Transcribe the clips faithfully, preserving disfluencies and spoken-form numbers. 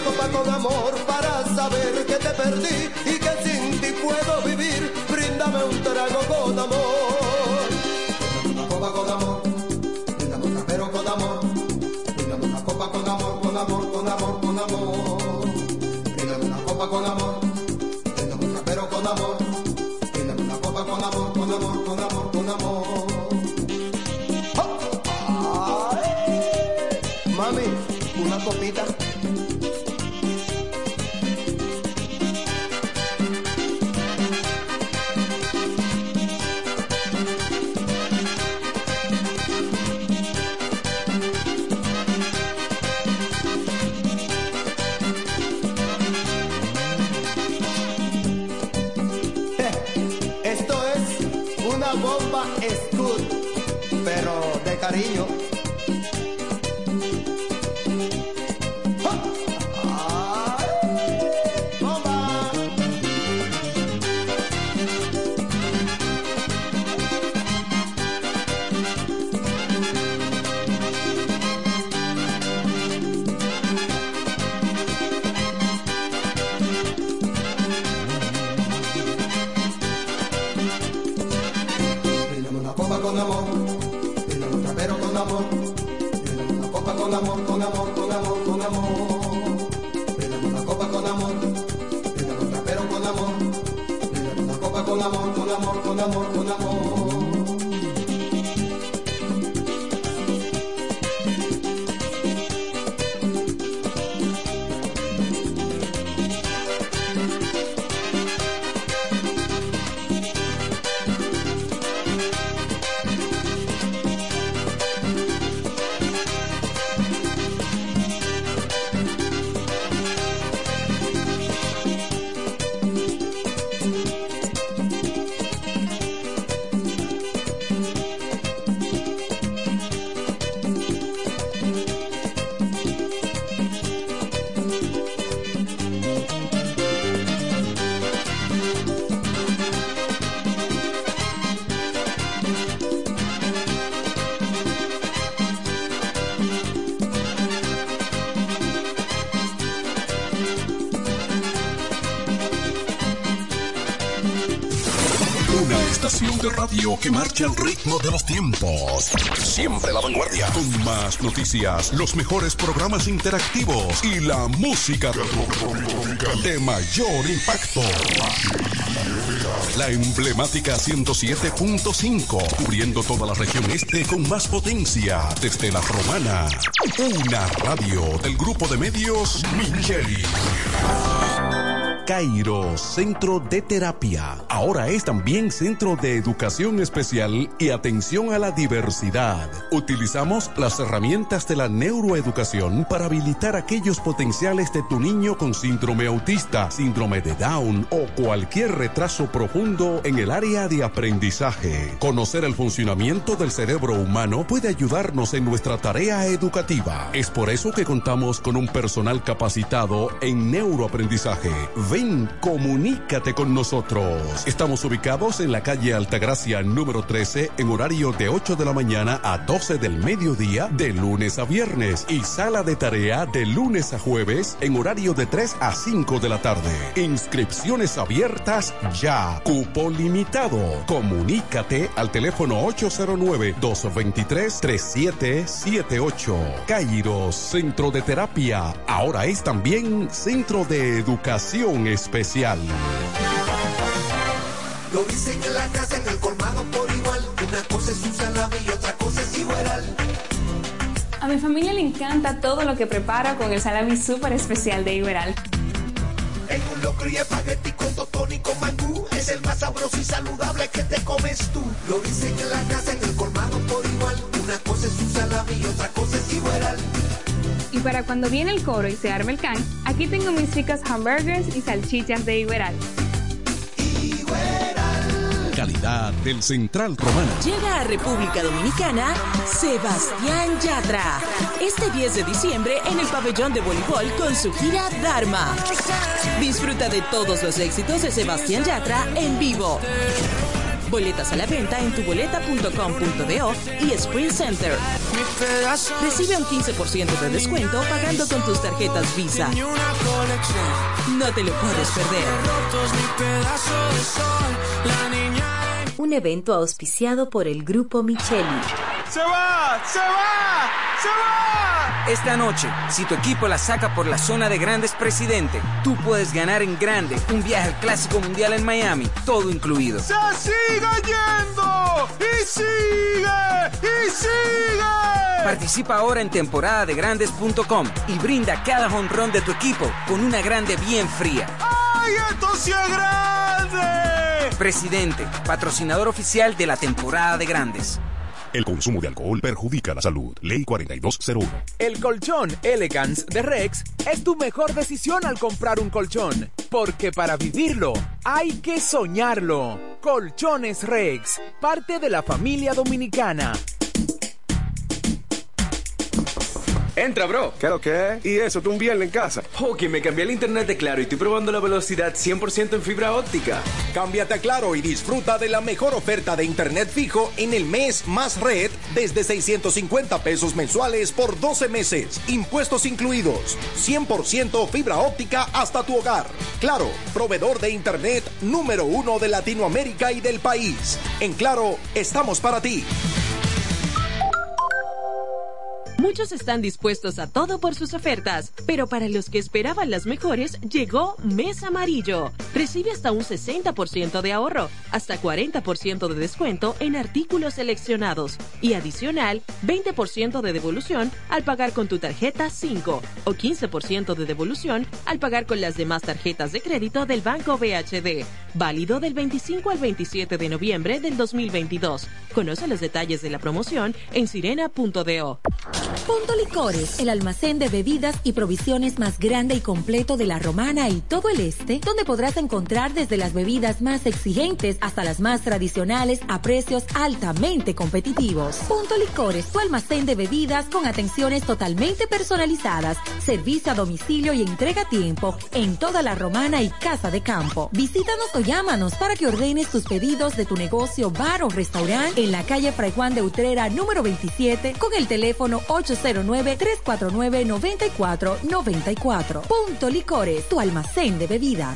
copa con amor para saber que te perdí y que sin ti puedo vivir. Bríndame un trago con amor. Una copa con amor, brindame un trapero con amor. Brindame una copa con amor, con amor, con amor, con amor. Brindame una copa con amor, brindame un trapero con amor. Brindame una copa con amor, con amor, con amor, con amor. ¡Oh! ¡Ay! Mami, una copita. Bomba Scoot, pero de cariño. Con amor, brindame un trapero con amor, brindame una copa con amor, con amor, con amor, con amor. Brindame una copa con amor, brindame un trapero con amor, brindame una copa con amor, con amor, con amor, con amor. De radio que marcha al ritmo de los tiempos. Siempre a la vanguardia. Con más noticias, los mejores programas interactivos y la música de mayor impacto. La emblemática ciento siete punto cinco, cubriendo toda la región este con más potencia desde La Romana. Una radio del grupo de medios Micheli. Cairo, Centro de Terapia. Ahora es también Centro de Educación Especial y Atención a la Diversidad. Utilizamos las herramientas de la neuroeducación para habilitar aquellos potenciales de tu niño con síndrome autista, síndrome de Down o cualquier retraso profundo en el área de aprendizaje. Conocer el funcionamiento del cerebro humano puede ayudarnos en nuestra tarea educativa. Es por eso que contamos con un personal capacitado en neuroaprendizaje. Ven, comunícate con nosotros. Estamos ubicados en la calle Altagracia número trece en horario de ocho de la mañana a doce del mediodía de lunes a viernes y sala de tarea de lunes a jueves en horario de tres a cinco de la tarde. Inscripciones abiertas ya. Cupo limitado. Comunícate al teléfono ocho cero nueve, dos dos tres, tres siete siete ocho. Cairo, Centro de Terapia. Ahora es también Centro de Educación Especial. Lo dicen en la casa, en el colmado por igual. Una cosa es un salami y otra cosa es igual. A mi familia le encanta todo lo que prepara con el salami súper especial de Iberal. En un locro y espagueti con totón y con mangú. Es el más sabroso y saludable que te comes tú. Lo dicen en la casa, en el colmado por igual. Una cosa es un salami y otra cosa es igual. Y para cuando viene el coro y se arma el can, aquí tengo mis ricos hamburgers y salchichas de Iberal. Calidad del Central Romana. Llega a República Dominicana Sebastián Yatra. Este diez de diciembre en el pabellón de voleibol con su gira Dharma. Disfruta de todos los éxitos de Sebastián Yatra en vivo. Boletas a la venta en tuboleta punto com punto do y Sprint Center. Recibe un quince por ciento de descuento pagando con tus tarjetas Visa. No te lo puedes perder. Un evento auspiciado por el Grupo Micheli. ¡Se va! ¡Se va! ¡Se va! Esta noche, si tu equipo la saca por la zona de grandes presidente, tú puedes ganar en grande un viaje al Clásico Mundial en Miami, todo incluido. ¡Se sigue yendo! ¡Y sigue! ¡Y sigue! Participa ahora en temporada de grandes punto com y brinda cada jonrón de tu equipo con una grande bien fría. ¡Ay, esto sí es grande! Presidente, patrocinador oficial de la temporada de grandes. El consumo de alcohol perjudica la salud. Ley cuarenta y dos cero uno. El colchón Elegance de Rex es tu mejor decisión al comprar un colchón. Porque para vivirlo, hay que soñarlo. Colchones Rex, parte de la familia dominicana. Entra, bro. ¿Qué es lo que es? ¿Y eso, tú un viernes en casa? Oh, que me cambié el internet de Claro y estoy probando la velocidad cien por ciento en fibra óptica. Cámbiate a Claro y disfruta de la mejor oferta de internet fijo en el mes más red desde seiscientos cincuenta pesos mensuales por doce meses. Impuestos incluidos. cien por ciento fibra óptica hasta tu hogar. Claro, proveedor de internet número uno de Latinoamérica y del país. En Claro, estamos para ti. Muchos están dispuestos a todo por sus ofertas, pero para los que esperaban las mejores, llegó Mes Amarillo. Recibe hasta un sesenta por ciento de ahorro, hasta cuarenta por ciento de descuento en artículos seleccionados y adicional veinte por ciento de devolución al pagar con tu tarjeta cinco o quince por ciento de devolución al pagar con las demás tarjetas de crédito del Banco B H D. Válido del veinticinco al veintisiete de noviembre del dos mil veintidós. Conoce los detalles de la promoción en sirena punto do. Punto Licores, el almacén de bebidas y provisiones más grande y completo de La Romana y todo el este, donde podrás encontrar desde las bebidas más exigentes hasta las más tradicionales a precios altamente competitivos. Punto Licores, tu almacén de bebidas con atenciones totalmente personalizadas, servicio a domicilio y entrega a tiempo en toda La Romana y Casa de Campo. Visítanos o llámanos para que ordenes tus pedidos de tu negocio, bar o restaurante en la calle Fray Juan de Utrera número veintisiete con el teléfono ocho cero nueve, tres cuatro nueve, nueve cuatro nueve cuatro. Punto Licores, tu almacén de bebidas.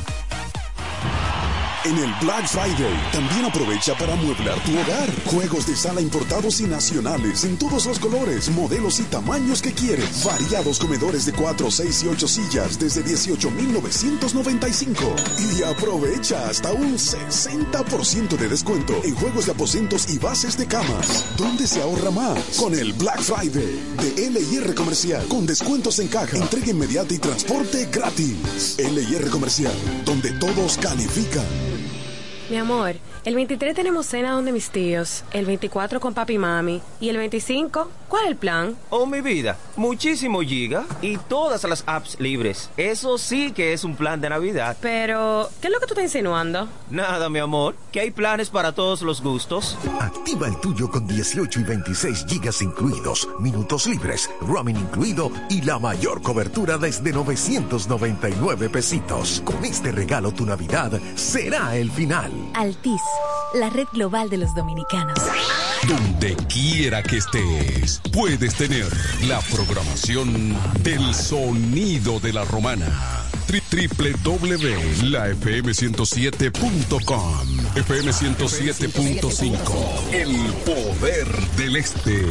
En el Black Friday también aprovecha para amueblar tu hogar. Juegos de sala importados y nacionales en todos los colores, modelos y tamaños que quieres. Variados comedores de cuatro, seis y ocho sillas desde dieciocho mil novecientos noventa y cinco. Y aprovecha hasta un sesenta por ciento de descuento en juegos de aposentos y bases de camas. ¿Dónde se ahorra más? Con el Black Friday de L y R Comercial. Con descuentos en caja, entrega inmediata y transporte gratis. L y R Comercial, donde todos califican. Mi amor, el veintitrés tenemos cena donde mis tíos, el veinticuatro con papi y mami, y el veinticinco, ¿cuál es el plan? Oh, mi vida, muchísimo giga y todas las apps libres. Eso sí que es un plan de Navidad. Pero, ¿qué es lo que tú estás insinuando? Nada, mi amor, que hay planes para todos los gustos. Activa el tuyo con dieciocho y veintiséis gigas incluidos, minutos libres, roaming incluido y la mayor cobertura desde novecientos noventa y nueve pesitos. Con este regalo tu Navidad será el final. Altis, la red global de los dominicanos. Donde quiera que estés, puedes tener la programación del sonido de la Romana. doble u doble u doble u punto la f m ciento siete punto com. F M ciento siete punto cinco. El poder del este.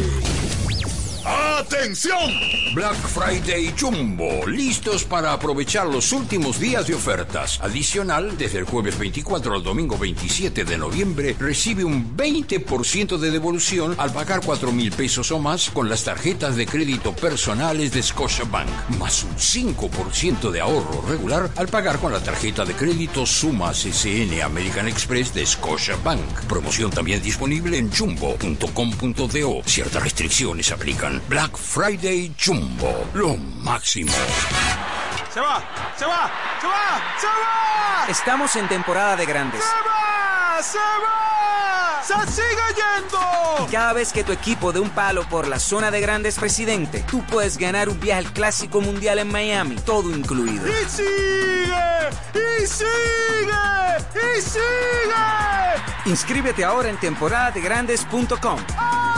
¡Atención! Black Friday Jumbo, listos para aprovechar los últimos días de ofertas. Adicional, desde el jueves veinticuatro al domingo veintisiete de noviembre, recibe un veinte por ciento de devolución al pagar cuatro mil pesos o más con las tarjetas de crédito personales de Scotiabank, más un cinco por ciento de ahorro regular al pagar con la tarjeta de crédito Sumas S N American Express de Scotiabank. Promoción también disponible en jumbo punto com punto do. Ciertas restricciones aplican. Black Friday Jumbo, lo máximo. ¡Se va! ¡Se va! ¡Se va! ¡Se va! Estamos en temporada de grandes. ¡Se va! ¡Se va! ¡Se sigue yendo! Y cada vez que tu equipo dé un palo por la zona de grandes presidente, tú puedes ganar un viaje al Clásico Mundial en Miami, todo incluido. ¡Y sigue! ¡Y sigue! ¡Y sigue! Inscríbete ahora en temporada de grandes punto com. ¡Ay, esto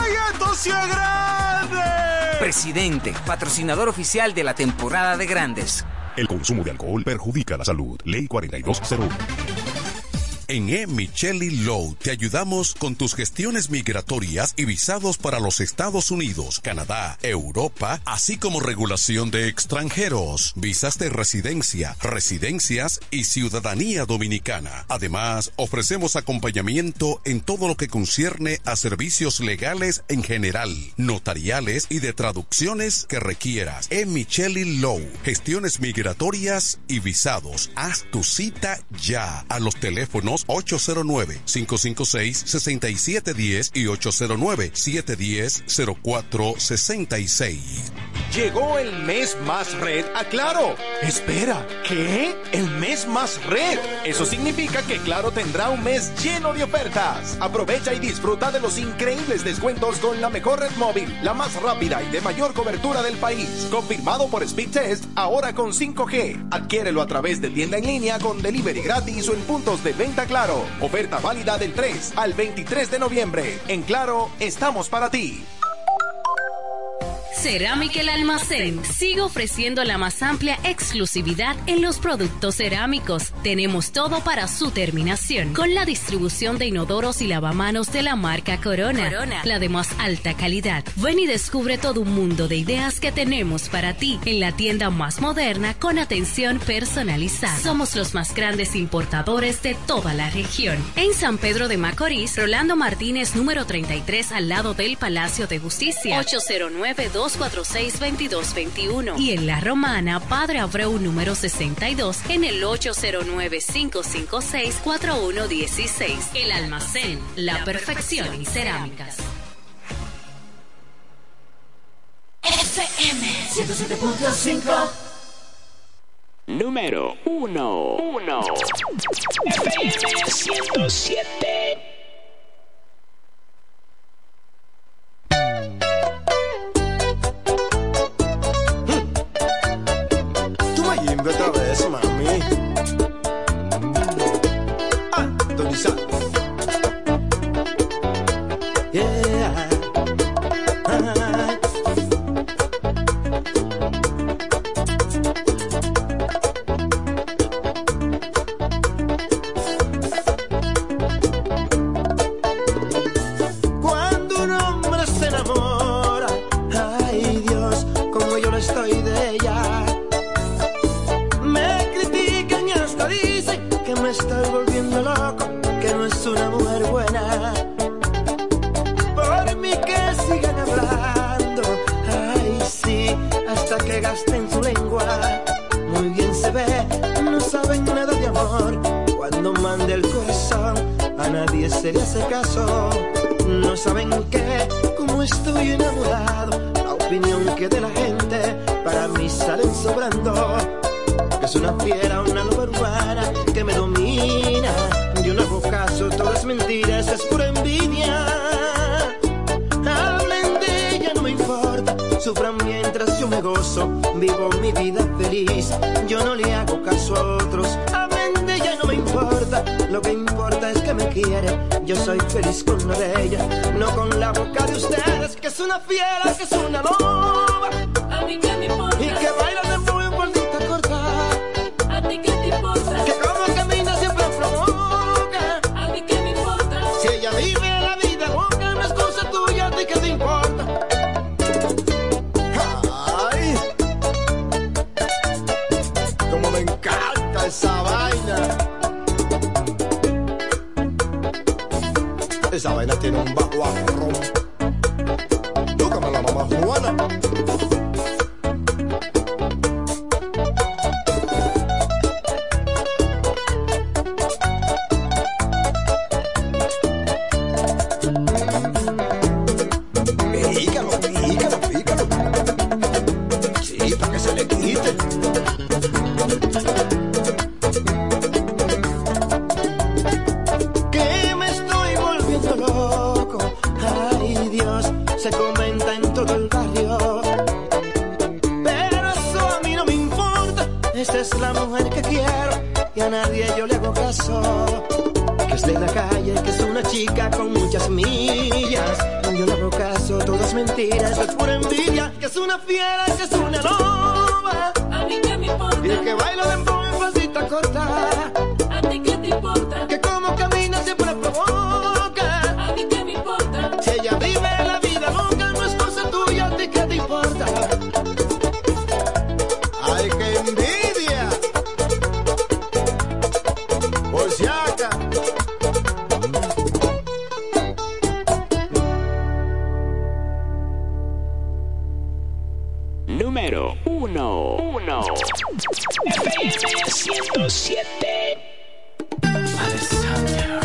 negocio grande! Presidente, patrocinador oficial de la temporada de grandes. El consumo de alcohol perjudica la salud. Ley cuarenta y dos cero uno. En E. Micheli Law te ayudamos con tus gestiones migratorias y visados para los Estados Unidos, Canadá, Europa, así como regulación de extranjeros, visas de residencia, residencias y ciudadanía dominicana. Además, ofrecemos acompañamiento en todo lo que concierne a servicios legales en general, notariales y de traducciones que requieras. E. Micheli Law, gestiones migratorias y visados. Haz tu cita ya a los teléfonos ocho cero nueve, cinco cinco seis, seis siete uno cero y ocho cero nueve, siete uno cero, cero cuatro seis seis. Llegó el mes más red a Claro. Espera, ¿qué? ¿El mes más red? Eso significa que Claro tendrá un mes lleno de ofertas. Aprovecha y disfruta de los increíbles descuentos con la mejor red móvil, la más rápida y de mayor cobertura del país. Confirmado por Speedtest, ahora con cinco G. Adquiérelo a través de tienda en línea con delivery gratis o en puntos de venta Claro. Oferta válida del tres al veintitrés de noviembre. En Claro, estamos para ti. Cerámica El Almacén sigue ofreciendo la más amplia exclusividad en los productos cerámicos. Tenemos todo para su terminación, con la distribución de inodoros y lavamanos de la marca Corona, Corona, la de más alta calidad. Ven y descubre todo un mundo de ideas que tenemos para ti en la tienda más moderna con atención personalizada. Somos los más grandes importadores de toda la región. En San Pedro de Macorís, Rolando Martínez, número treinta y tres, al lado del Palacio de Justicia, ocho cero nueve, dos cuatro seis, veintidós veintiuno. Y en La Romana, Padre Abreu, número sesenta y dos, en el ocho cero nueve, cinco cinco seis, cuatro uno uno seis. El Almacén, la perfección en cerámicas. F M ciento siete punto cinco. Número uno. uno. F M ciento siete. Otra vez, mami. Ah, Donisa. Yeah. Ah. Cuando un hombre se enamora, ay Dios, como yo lo estoy de ella. Me estoy volviendo loco, que no es una mujer buena. Por mí que sigan hablando, ay sí, hasta que gasten su lengua. Muy bien se ve, no saben nada de amor. Cuando mande el corazón, a nadie se le hace caso. No saben que, como estoy enamorado, la opinión que de la gente para mí salen sobrando. Es una fiera, una loba urbana que me domina. Yo no hago caso, todo es mentiras, es pura envidia. Hablen de ella, no me importa. Sufran mientras yo me gozo, vivo mi vida feliz. Yo no le hago caso a otros. Hablen de ella, no me importa. Lo que importa es que me quiere. Yo soy feliz con la de ella, no con la boca de ustedes. Que es una fiera, que es una loba. A mí que me importa. Y que baila de muy bolita corta. ¿A ti qué te importa? Que como camina siempre provoca. ¿A mí qué me importa? Si ella vive la vida loca, no es cosa tuya, ¿a ti qué te importa? Ay, como me encanta esa vaina. Esa vaina tiene un bajo afro. Tócame la mamá Juana. desde la calle que es una chica con muchas millas. No, yo le hago caso, todo es mentira, eso es pura envidia. Que es una fiera, que es una loba. A mí qué me importa. Y el que baila de en pasita corta. A ti qué te importa. Que como camina siempre provoca. A mí qué me importa. Si ella vive la vida loca, no es cosa tuya, a ti qué te importa. Ay, qué envidia. Por si acá. Número uno. Uno. F M ciento siete. Alessandra.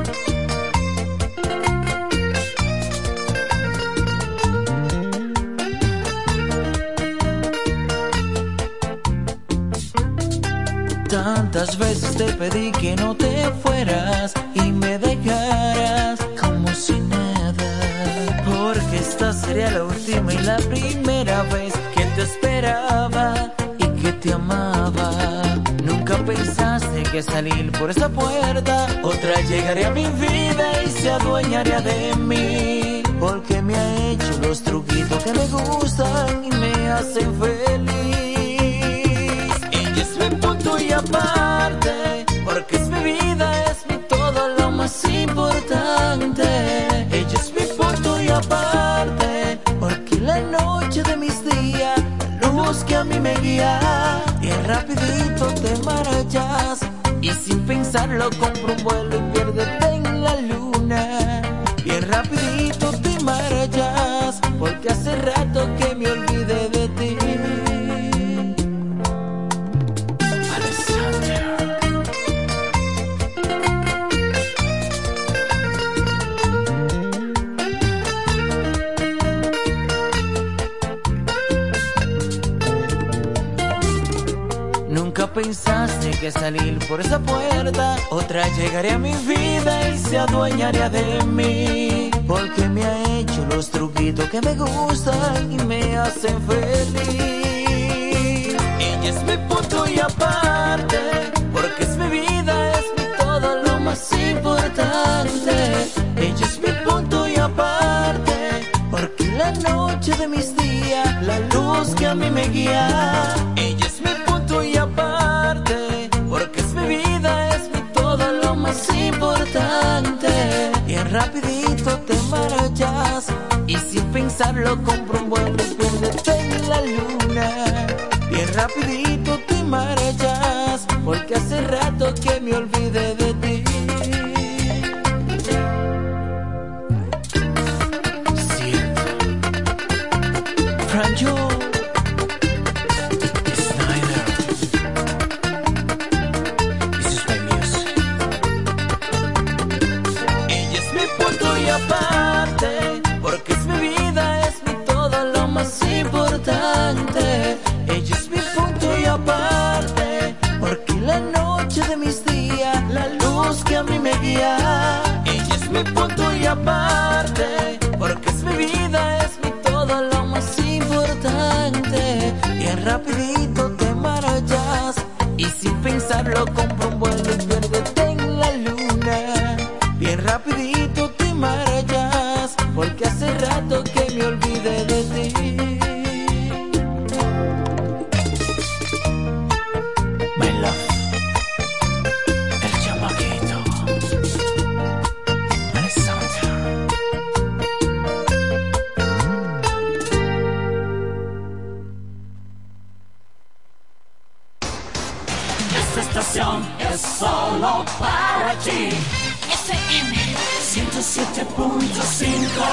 Tantas veces te pedí que no te fueras y me dejaras como si nada, porque esta sería la última y la primera vez que te esperaba y que te amaba. Nunca pensaste que salir por esa puerta otra llegaría a mi vida y se adueñaría de mí, porque me ha hecho los truquitos que me gustan y me hacen feliz. Ella es mi punto y aparte, porque es mi vida, es mi todo, lo más importante. Ella es mi punto y aparte, porque la noche de mis días, la luz que a mí me guía. Bien rapidito te marchas y sin pensarlo compro un vuelo y piérdete en la luna. Bien rapidito te marchas, porque hace rato que me olvidé de ti. Nunca pensaste que salir por esa puerta otra llegaría a mi vida y se adueñaría de mí, porque me ha hecho los truquitos que me gustan y me hacen feliz. Ella es mi punto y aparte, porque es mi vida, es mi todo, lo más importante. Ella es mi punto y aparte, porque la noche de mis días, la luz que a mí me guía. Ella es mi punto y aparte, porque es mi vida, es mi todo, lo más importante. Bien rapidito te marchas y sin pensarlo compro un vuelo y piérdete en la luna. Bien rapidito te marchas, porque hace rato que me olvidé de ti. Franjo Snyder, this is my music. Ella es mi punto y aparte, porque es mi vida, es mi todo, lo más importante. Ella es mi punto y aparte, porque la noche de mis días, la luz que a mí me guía. Ella es mi punto y aparte, porque es mi vida, es mi todo, lo más importante. Bien rapidito te marchas y sin pensarlo compro un vuelo y piérdete en la luna. Bien rapidito te marchas, porque hace rato que me olvidé de ti. My love, el chamaquito, Alessandra. Esta estación es solo para ti. F M ciento siete punto cinco.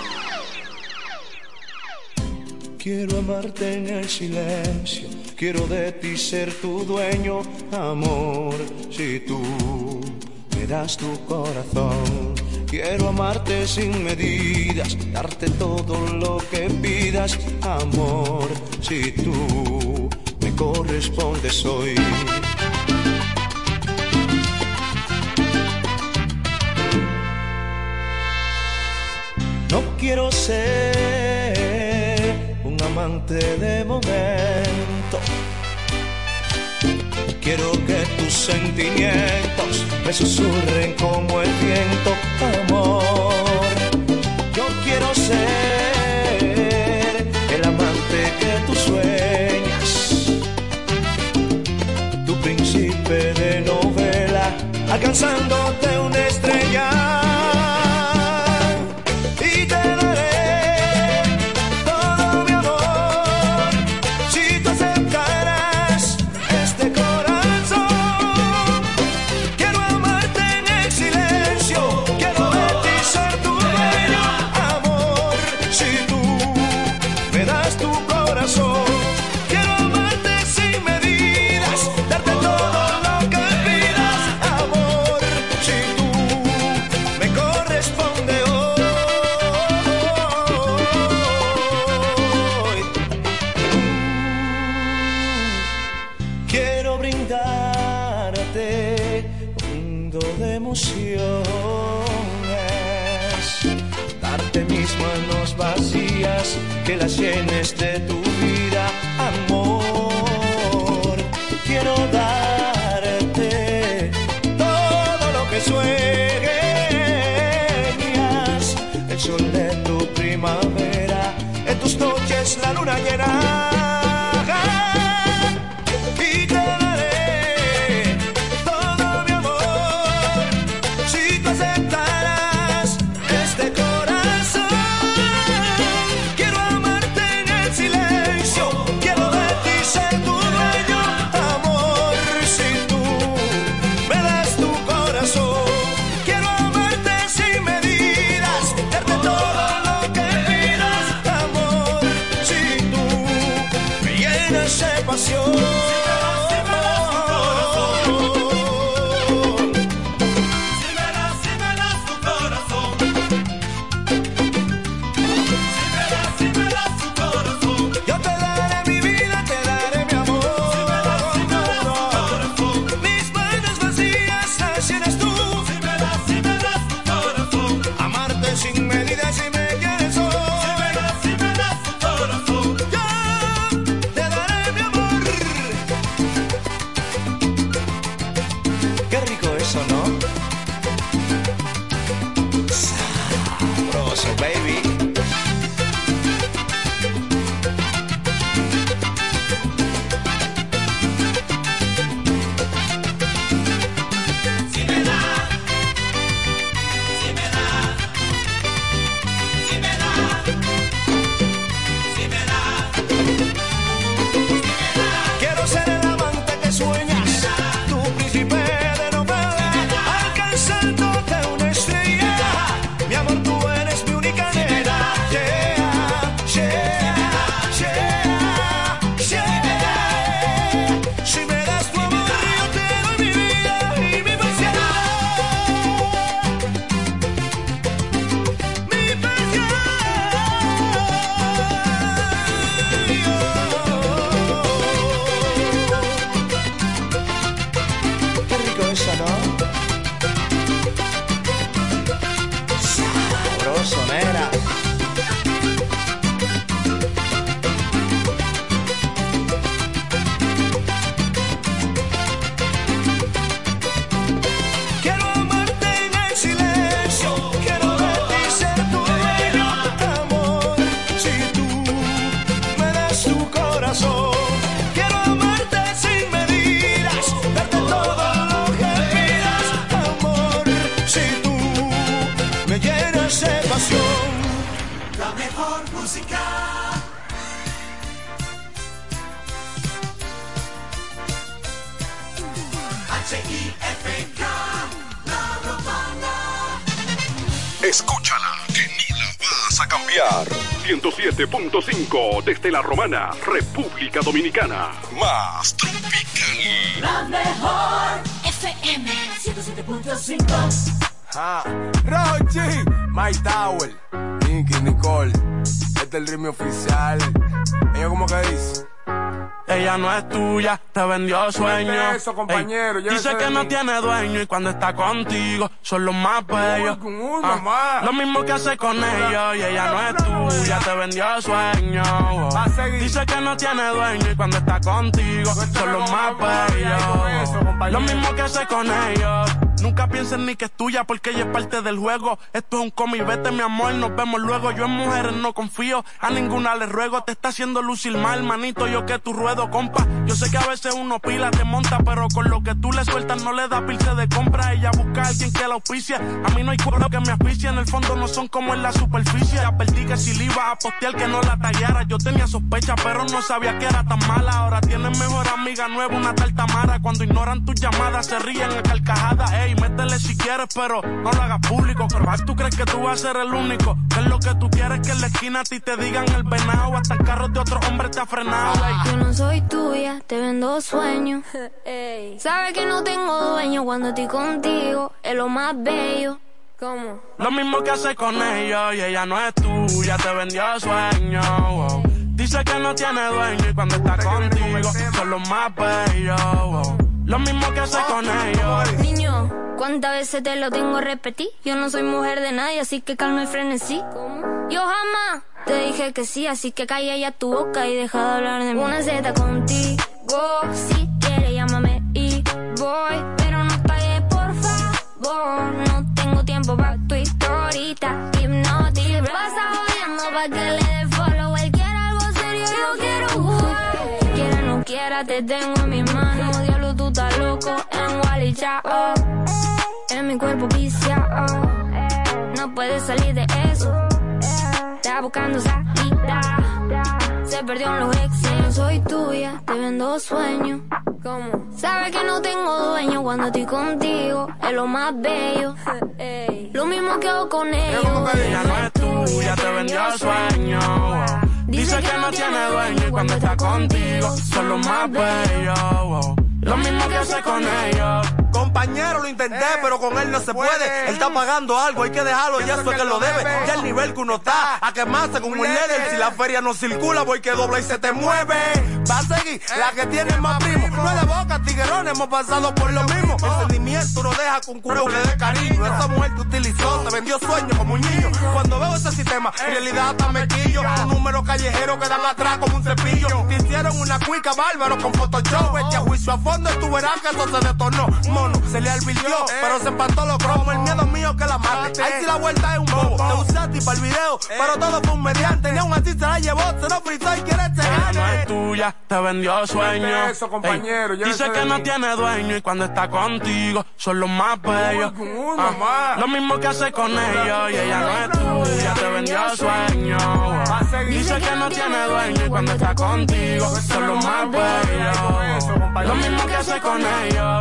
Quiero amarte en el silencio, quiero de ti ser tu dueño, amor, si tú me das tu corazón. Quiero amarte sin medidas, darte todo lo que pidas, amor, si tú me correspondes hoy. No quiero ser un amante de momento, quiero que tú sentimientos me susurren como el viento, amor. Yo quiero ser el amante que tú sueñas, tu príncipe de novela, alcanzándote una estrella. Que las llenes de tu vida, amor. Quiero darte todo lo que sueñas, el sol de tu primavera, en tus noches la luna llena. Escúchala, que ni la vas a cambiar. ciento siete punto cinco desde La Romana, República Dominicana. Más tropical. La mejor F M ciento siete punto cinco. Ah, Rochi, My Tower, Nicky, Nicole. Este es el ritmo oficial. Ella como que dice: ella no es tuya, te vendió sueños. Eso, compañero. Ey, dice que no mí. tiene dueño y cuando está contigo son los más bellos. Uy, uy, ah, mamá. Lo mismo que hace con ellos y ella no es tuya, te vendió sueños. Oh. Dice que no tiene dueño y cuando está contigo son los más bellos. Lo mismo que hace con ellos. Nunca pienses ni que es tuya porque ella es parte del juego. Esto es un cómic, vete mi amor, nos vemos luego. Yo en mujeres no confío, a ninguna le ruego. Te está haciendo lucir mal, manito, yo que tu ruedo, compa. Yo sé que a veces uno pila, te monta, pero con lo que tú le sueltas no le da pilce de compra. Ella busca a alguien que la auspicia. A mí no hay cuero que me asfixia, en el fondo no son como en la superficie. Advertí que si le iba a postear que no la tagueara. Yo tenía sospecha, pero no sabía que era tan mala. Ahora tienes mejor amiga nueva, una tal Tamara. Cuando ignoran tus llamadas se ríen a carcajadas. Ey, métele si quieres, pero no lo hagas público. Pero tú crees que tú vas a ser el único. Que es lo que tú quieres, que en la esquina a ti te digan el venado. Hasta el carro de otro hombre te ha frenado. Ey. Yo no soy tuya, te vendo sueños. Sabes que no tengo dueño cuando estoy contigo. Es lo más bello. ¿Cómo? Lo mismo que hace con ellos y ella no es tuya, te vendió sueños. Wow. Dice que no tiene dueño y cuando está contigo son los más bellos. Wow. Lo mismo que hace con ellos. Niño, ¿cuántas veces te lo tengo a repetir? Yo no soy mujer de nadie, así que calma el frenesí. ¿Cómo? Yo jamás te dije que sí, así que calla ya tu boca y deja de hablar de mí. Una Z contigo, si quieres llámame y voy, pero no pagues por favor. No tengo tiempo para tu historita, hipnotic. Pasa jodiendo pa' que le dé follow. Él quiere algo serio, yo quiero jugar. Quiera no quiera, te tengo en mis manos. Diablo, tú estás loco en Wally Chao. En mi cuerpo viciado, no puedes salir de eso. Está buscando salida, se perdió en los exes. No soy tuya, te vendo sueños. ¿Cómo? Sabes que no tengo dueño cuando estoy contigo. Es lo más bello. Lo mismo que hago con ellos. Ella no es tuya, te vendió sueños. Dice que no tiene dueño y cuando está contigo son los más bellos. Lo mismo que hace con ellos. Compañero, lo intenté, eh, pero con él no se puede. puede. Él está pagando algo, hay que dejarlo, ya eso es que lo debe. debe. Ya el nivel que uno está, a quemarse con un líder. Si la feria no circula, voy que dobla y se te mueve. Va a seguir, eh, la que tiene más primo. No es de boca, tiguerón, hemos pasado por lo mismo. El sentimiento no deja con curo le dé cariño. Esa mujer te utilizó, te vendió sueños como un niño. Cuando veo ese sistema, en realidad hasta me quillo. Un número callejero que dan atrás como un cepillo. Te hicieron una cuica bárbaro con Photoshop. Vete a juicio a fondo y tú verás que eso se detonó. Mono, se le advirtió, eh, pero se empató los cromos. El miedo mío que la mate. Ahí sí la vuelta es un bobo. Te usé a ti para el video, eh, pero todo fue un mediante. Ni aún así se la llevó, se lo fritó y quiere este gane. No es tuya, te vendió sueños. Eso, compañero. Ey, dice que no tiene dueño y cuando está contigo son los más bellos. Ah, lo mismo que hace con ellos y ella no es tuya, te vendió sueños. Dice que no tiene dueño y cuando está contigo son los más bellos. Lo mismo que hace con ellos.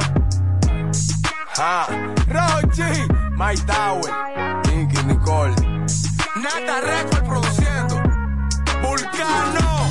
Ah, Rochi, Mike Tower, Nicky Nicole, Nata Record produciendo, Vulcano.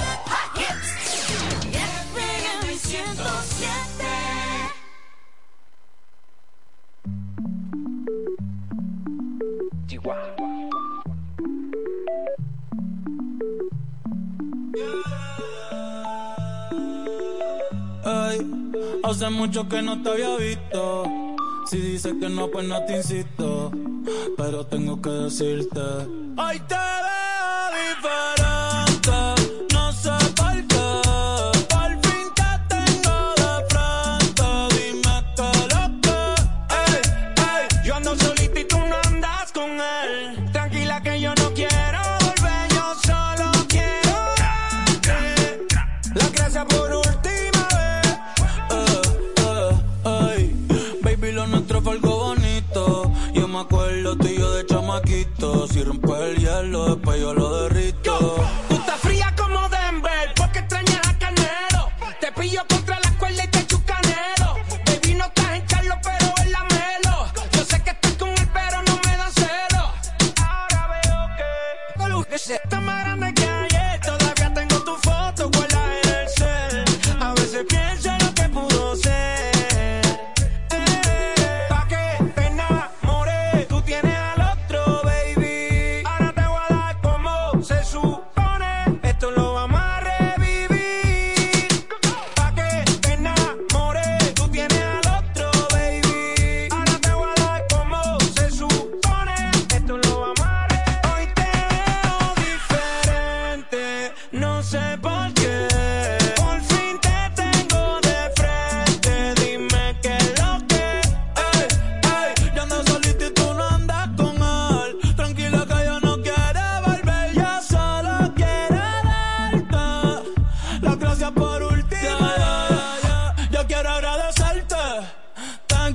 Ay, hace mucho que no te había visto. Si dices que no, pues no te insisto. Pero tengo que decirte, hoy te veo diferente. No sé por qué. Por fin te tengo de frente. Dime qué lo que. Ey, ey, yo ando solito y tú no andas con él. Tranquila que yo no quiero volver. Yo solo quiero darte las gracias por última vez. Eh, eh, ey, baby, lo nuestro fue algo bonito. Yo me acuerdo tú y yo de chamaquito. Si rompes el hielo, después yo lo derrito. Tú estás fría como Denver, porque extrañas a Canelo. Te pillo contra la cuerda y te echo canelo. Baby, no estás en Charlo, pero en la Melo. Yo sé que estás con él, pero no me dan celo. Ahora veo que está más grande que ayer. Todavía tengo tu foto, guarda en el cel. A veces pienso en lo que pudo ser. Eh, pa' que te enamore, tú tienes al otro, baby. Ahora te voy a dar como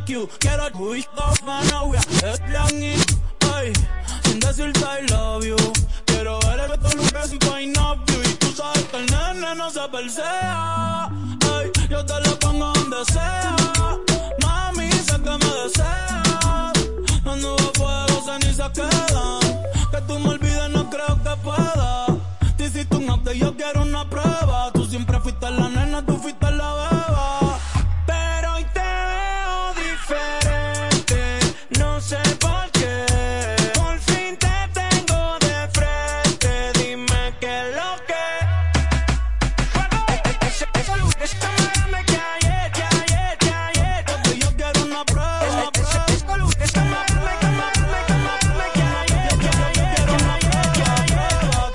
like you. Quiero twist off my novia. Es Blanqui, ay, sin decirte I love you. Quiero ver el beso, un besito, I love you. Y tú sabes que el nene no se persea. Ay, yo te lo pongo donde sea. Mami, sé que me deseas. No nubes fuego, cenizas quedan. Que tú me olvides, no creo que pueda. Te hiciste un update, yo quiero una prueba. Tú siempre fuiste la nena, tú fuiste la beba. Pero hoy te veo diferente, no sé por qué. Por fin te tengo de frente, dime qué es lo que. Esta me que ayer, que ayer, que ayer. Porque yo quiero una prueba, una prueba. Esta me que me que me que ayer, que ayer. Quiero una prueba, que ayer.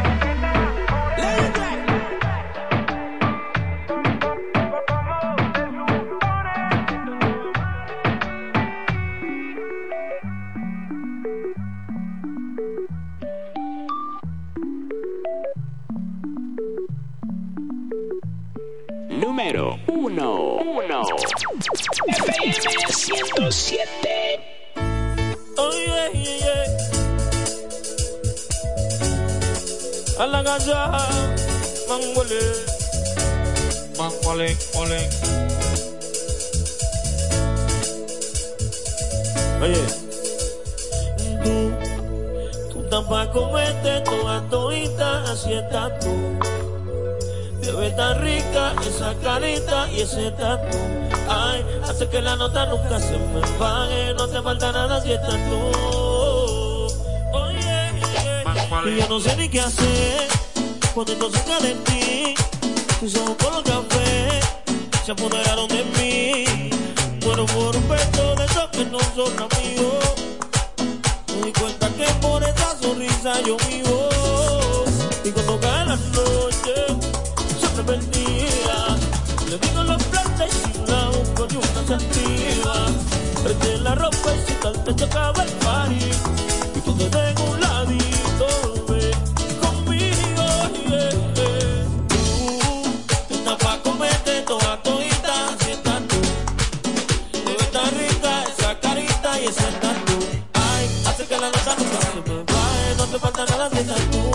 Número uno. uno. F M ciento siete. Oh, yeah, yeah, yeah. A la gaja, mangole, mangole, mangole. Oye, tú, tú tampoco metes toda todita, así estás tú. Te ves tan rica esa carita y ese tatu. Ay, hace que la nota nunca se me pague. No te falta nada si estás tú. Oye, yeah. Y yo no sé ni qué hacer cuando estoy cerca de ti. Tus ojos color café se apoderaron de mí. Pero por un beso de esos que no son amigos, me di cuenta que por esa sonrisa yo vivo. Y cuando cae la noche perdida, le digo los planes y la busco y una se activa. Prende la ropa y si tal te tocaba el party. Y tú te tengo un ladito, ve conmigo, yeah, yeah. Tú, tú estás pa' comerte toda todita, así estás tú. Te ves tan rica esa carita y ese tatu. Ay, hace que la nota nunca se me baje. No te falta nada si estás tú.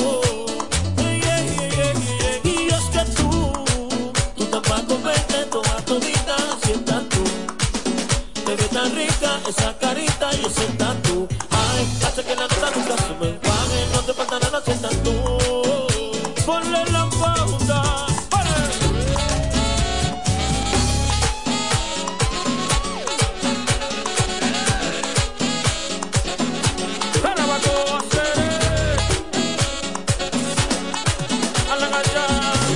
Tan rica esa carita y ese tatu. Ay, hace que la nota nunca se me pague. No te falta nada si estás tú. Ponle la pauta. Ahora va a hacer a la gallina.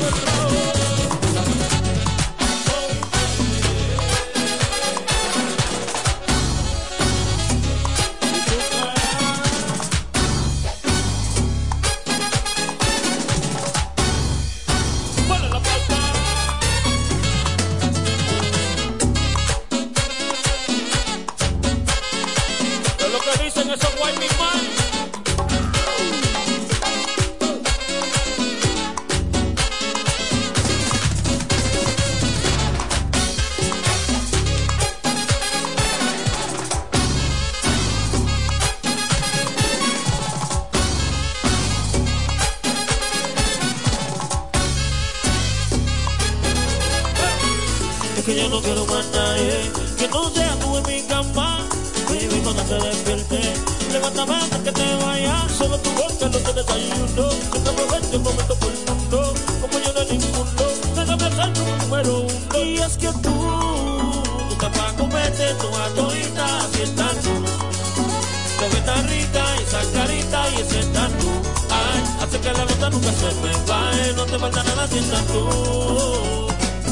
Que yo no quiero más nadie que no sea tú en mi cama. Baby, cuando te despierte, levántame antes que te vayas. Solo tu boca no te desayuno. Siempre aprovecho el momento por el mundo. Como yo no hay ninguno, déjame ser tu número uno. Y es que tú, tú estás pa' comerte toda todita, así estás tú. Te ves tan rica esa carita y ese tatu. Ay, hace que la nota nunca se me baje. No te falta nada si estás tú.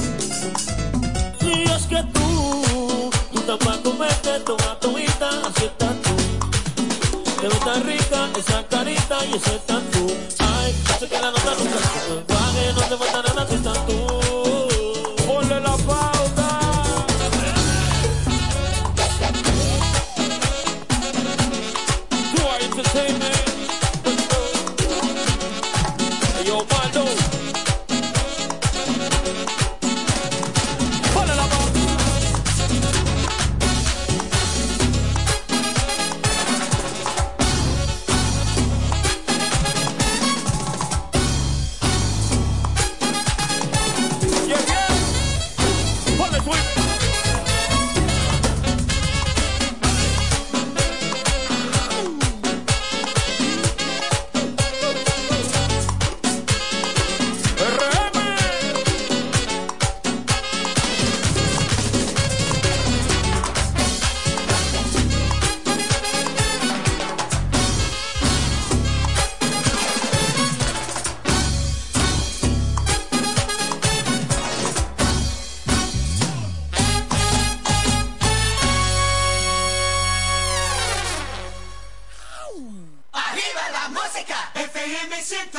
Y es que tú, tú estás pa' comerte toda todita, así estás tú. Te ves tan rica esa carita y ese tatu. Ay, hace que la nota nunca se me baje. No te falta nada si estás tú. Ponle la pauta. Tú Entertainment. Hey, yo, Mando. Ponle la pauta.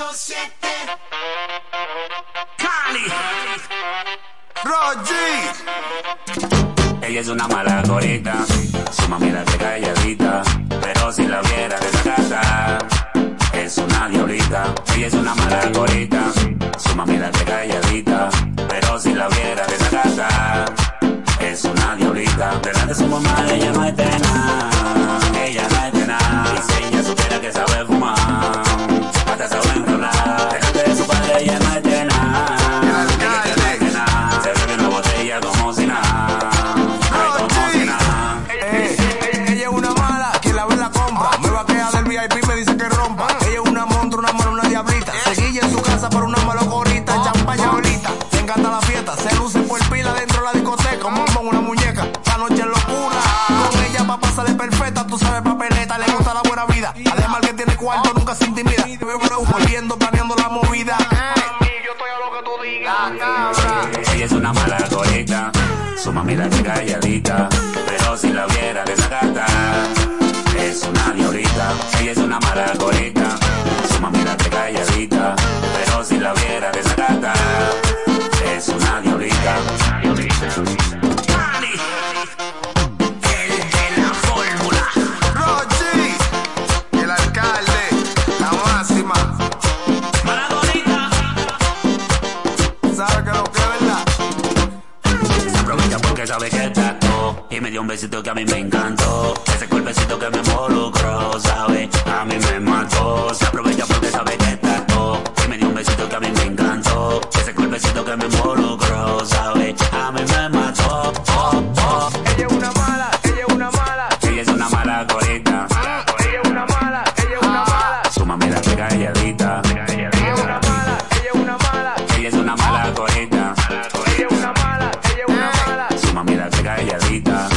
siete. Cali. Roger. Ella es una mala gorita, su mami la hace calladita, pero si la viera desacata, es una diablita. Ella es una mala gorita, su mami la hace calladita, pero si la viera desacata, es una diablita. Delante de su mamá ella no es de nada, ella no es de nada. Y si ella supiera que sabe fumar, hasta sabe enrolar. Delante de su padre ella no es de nada, ella no es de nada. Se bebe una botella como si nada. Por una mala gorita, champaña bolita. Se encanta la fiesta, se luce por pila dentro de la discoteca. Como con una muñeca, esta noche es locura. Con ella va a pasarle perfecta, tú sabes papeleta, le gusta la buena vida. Además que tiene cuarto, nunca se intimida. Volviendo, planeando la movida. Yo estoy a lo que tú digas. Ella es una mala gorita, su mami la hace calladita, pero si la viera desacata, es una diablita. Ella es una mala gorita, su mami la hace calladita, pero si la viera desacata, es una diablita. Cali. El de la fórmula. Rochi. El alcalde. La máxima. Mala gorita. ¿Sabe que lo que es verdad? Se aprovecha porque sabe que está todo y me dio un besito que a mí me encantó. Ese cuerpecito que me involucró, sabe, a mí me mató. Se aprovecha porque sabe que está todo y me dio un besito que a mí me encantó. Ese cuerpecito que me involucró, sabe, a mí me mató. Oh, oh. Ella es una mala, ella es una mala. Ella es una mala gorita. Ella es una mala, ella es una mala. Su mami la hace calladita. Ella es una mala, ella es una mala. Ella es una mala gorita. Ella es una mala, ella es una mala. Su mami la hace calladita.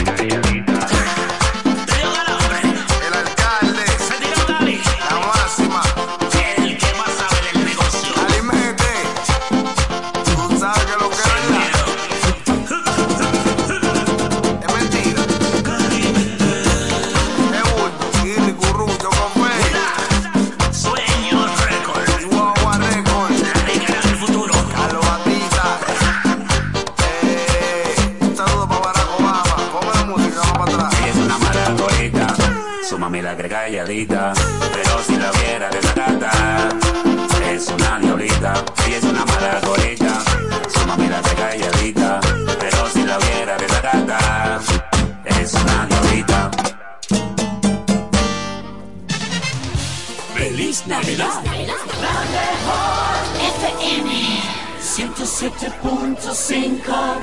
El alcalde. La máxima. El que más sabe del negocio. Alimete. Tú sabes que lo que es verdad. Es mentira. Es bulto. Guirri, currucho, cofé. Sueño récord. Chihuahua Record. La negra del futuro. Carlos Batista. Eh, un saludo para Barack Obama. Ponme la música, vamos para atrás. Ella es una mala gorita, su mami la cree calladita, pero si la viera desacata, es una diablita. Ella es una mala gorita, su mami la cree calladita, pero si la viera desacata, es una diablita. Feliz Navidad. La mejor F M ciento siete punto cinco.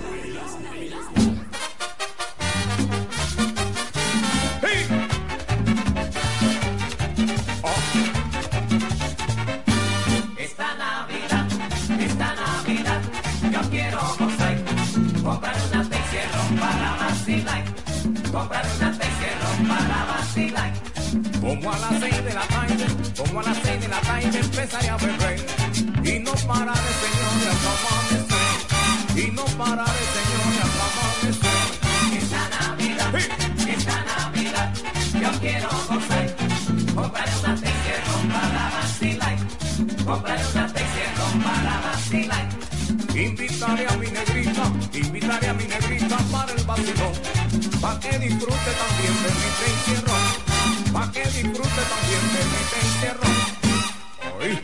Esta Navidad, esta Navidad, yo quiero gozar. Comprar una Texierron para vacilar. Comprar una Texierron para vacilar. Como a las seis de la tarde, como a las seis de la tarde empezaré a beber. Y no pararé, señores, hasta amanecer. Y no pararé, señores, hasta amanecer. Esta Navidad, esta Navidad, yo quiero gozar. Comprar una Texierron para vacilar. Comprar una Texierron para vacilar. Invitaré a mi negrita, invitaré a mi negrita para el vacilón. Pa' que disfrute también de mi Texierron. Pa' que disfrute también de mi Texierron. Oí.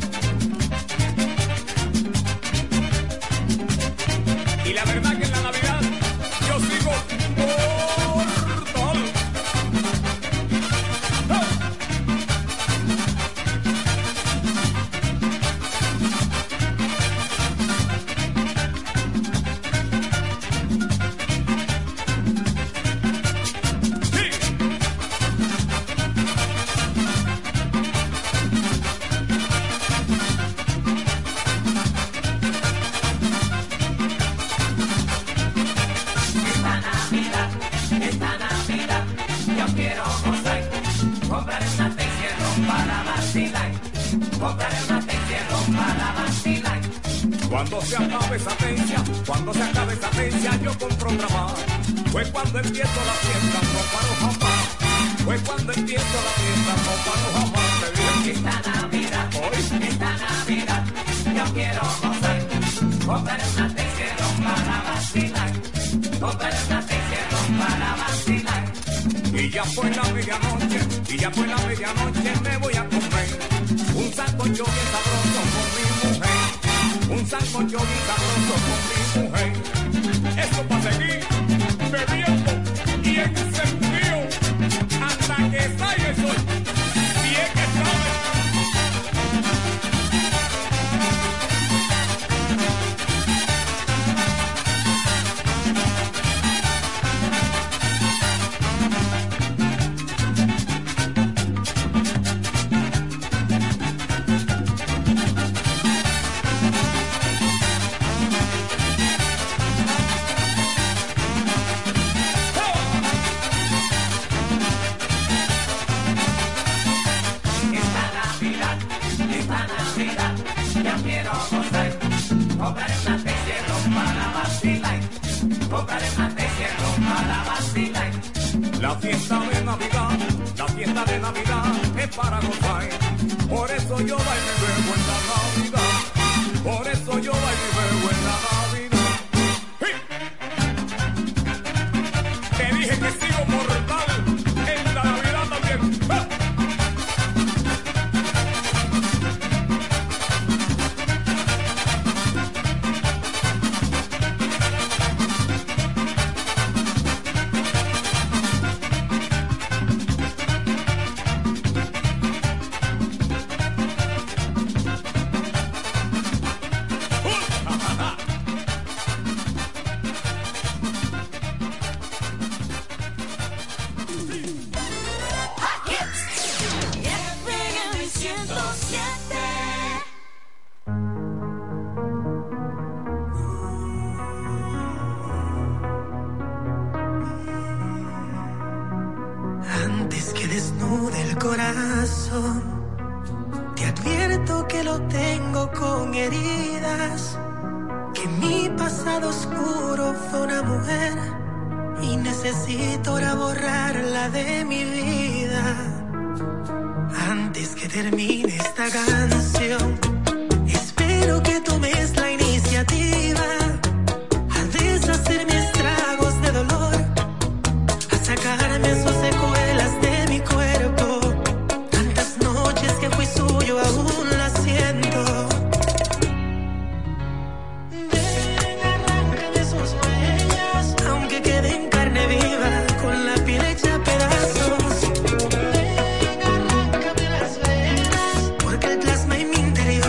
Y la verdad que en la Navidad yo sigo mortal. Cuando se acabe esa tencia, cuando se acabe esa tencia, yo compro otra más. Fue cuando empiezo la fiesta, no paro jamás. Fue cuando empiezo la fiesta, no paro jamás. Te dije Esta Navidad, esta Navidad, yo quiero gozar. Compraré una T C para vacilar. Compraré una T C para vacilar. Y ya fue la medianoche, y ya fue la medianoche, me voy a comer un sancocho bien sabroso con mi mujer. Un sancocho bien sabroso con mi mujer. Esto para seguir bebiendo y encendido hasta que salga el sol. Bien que sabe. Compraré una T C para vacilar. Compraré una T C para vacilar. La fiesta de Navidad, la fiesta de Navidad es para gozar. Por eso yo bailo y bebo en la Navidad. Por eso yo bailo y bebo en la Navidad. ¡Sí! Te dije que sigo mortal en la Navidad también. ¡Ah! Antes que desnude el corazón, te advierto que lo tengo con heridas, que mi pasado oscuro fue una mujer y necesito ahora borrarla de mi vida. Antes que termine esta canción, espero que tomes la iniciativa a deshacer mis estragos de dolor, a sacarme sus secuelas de mi cuerpo. Tantas noches que fui suyo aún las siento. Ven, arráncame sus huellas, aunque quede en carne viva, con la piel hecha pedazos. Ven, arráncame las venas, porque el plasma en mi interior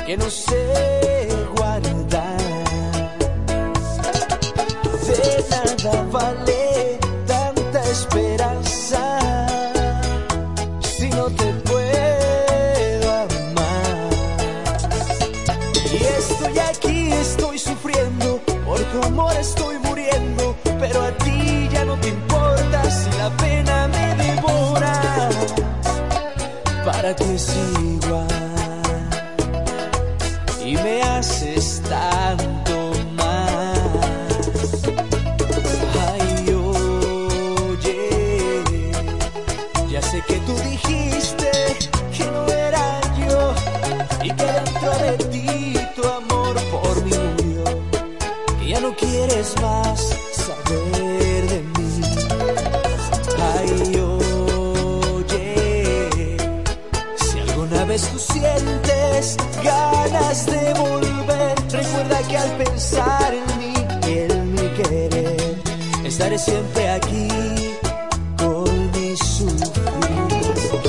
que no sé guardar. De nada vale tanta esperanza si no te puedo amar. Y estoy aquí, estoy sufriendo, por tu amor estoy muriendo, pero a ti ya no te importa si la pena me devora. Para ti es igual y me haces tanto más. Ay, oye, ya sé que tú dijiste que no era yo y que dentro de ti tu amor por mí murió, que ya no quieres más saber de mí. Ay, oye, si alguna vez tú sientes ganas de volver, recuerda que al pensar en mí y en mi querer, estaré siempre aquí con mi sufrir.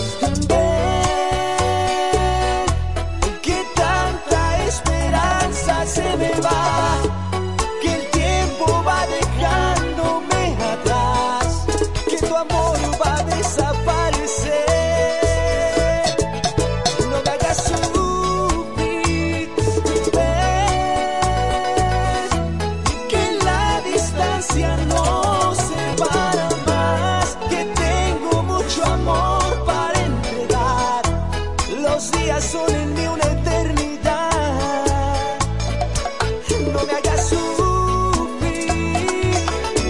Ven, que tanta esperanza se me va, que el tiempo va dejándome atrás, que tu amor va a desaparecer. No me hagas sufrir. Ven, que la distancia no separa más, que tengo mucho amor para entregar. Los días son en mí una eternidad. No me hagas sufrir.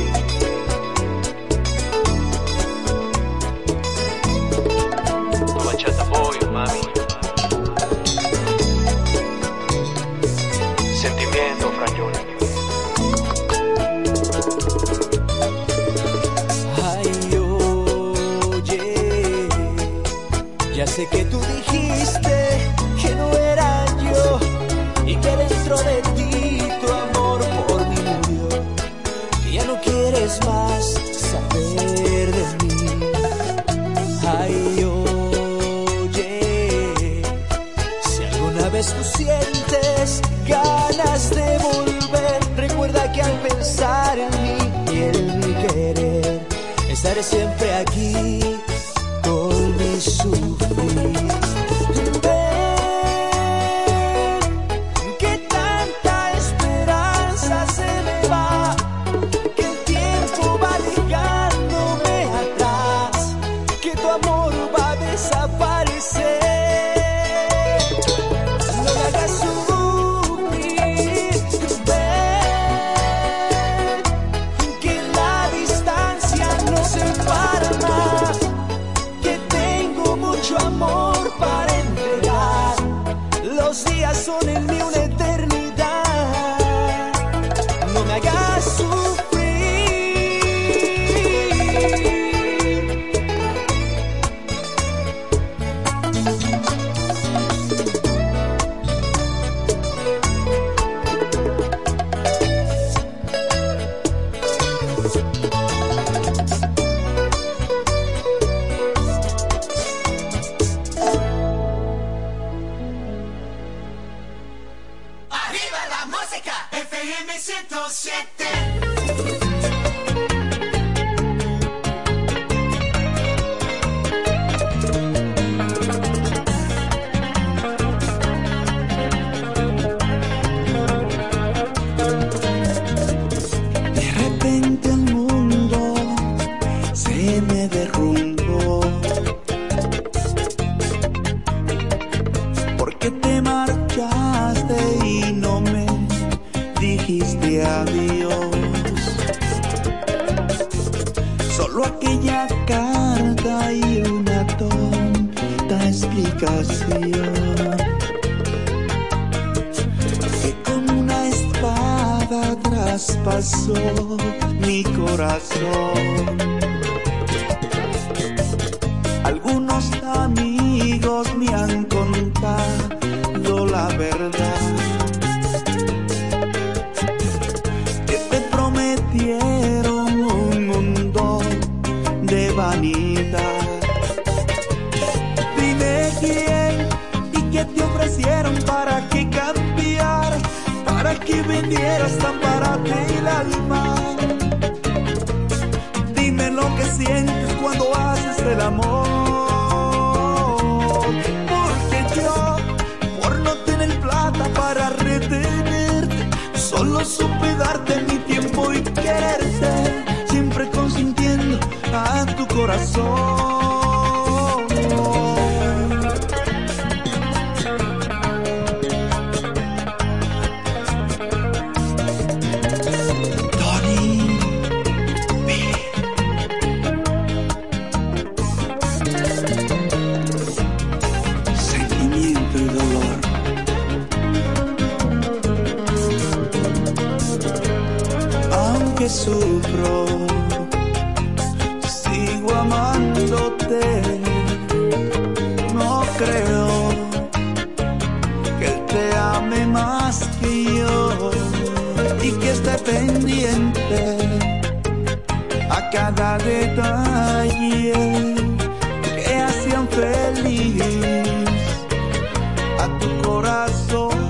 Bachata boy, mami. Sentimiento, Frañón. Ay, oye, ya sé que tú dijiste que no era yo y que dentro de ti tu amor por mí murió, que ya no quieres más saber de mí. Ay, oye, si alguna vez tú sientes ganas de volver, recuerda que al pensar en mí y en mi querer, estaré siempre aquí con mi sufrir. Ven, que tanta esperanza se me va, que el tiempo va dejándome atrás, que tu amor va a desaparecer. No me hagas sufrir. Ven, que la distancia no separa más, que tengo mucho amor para entregar. Los días son en mí una eternidad. No me hagas sufrir. Arriba la música, F M ciento siete. De repente el mundo se me derrumbó, porque te marchaste y no me dijiste adiós. Solo aquella carta y una tonta explicación, que como una espada traspasó mi corazón. Algunos amigos me han contado la verdad, que te prometieron un mundo de vanidad. Dime quién y qué te ofrecieron para que que vendieras tan barata el alma. Dime lo que sientes cuando haces el amor. Porque yo, por no tener plata para retenerte, solo supe darte mi tiempo y quererte, siempre consintiendo a tu corazón. Sufro, sigo amándote, no creo que él te ame más que yo y que esté pendiente a cada detalle que hacían feliz a tu corazón.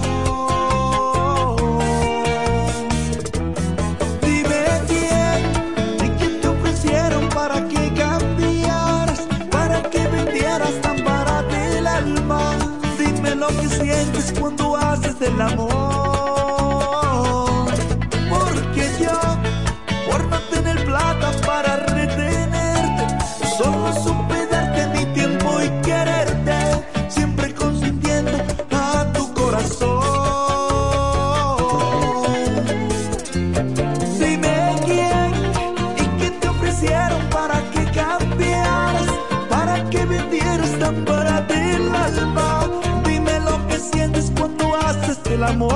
Sientes cuando haces el amor, porque yo, por no tener plata para retenerte, solo supe darte mi tiempo y quererte, siempre consintiendo a tu corazón. Dime quién y qué te ofrecieron para que cambiaras, para que vendieras tan barata el alma. Sientes cuando haces el amor,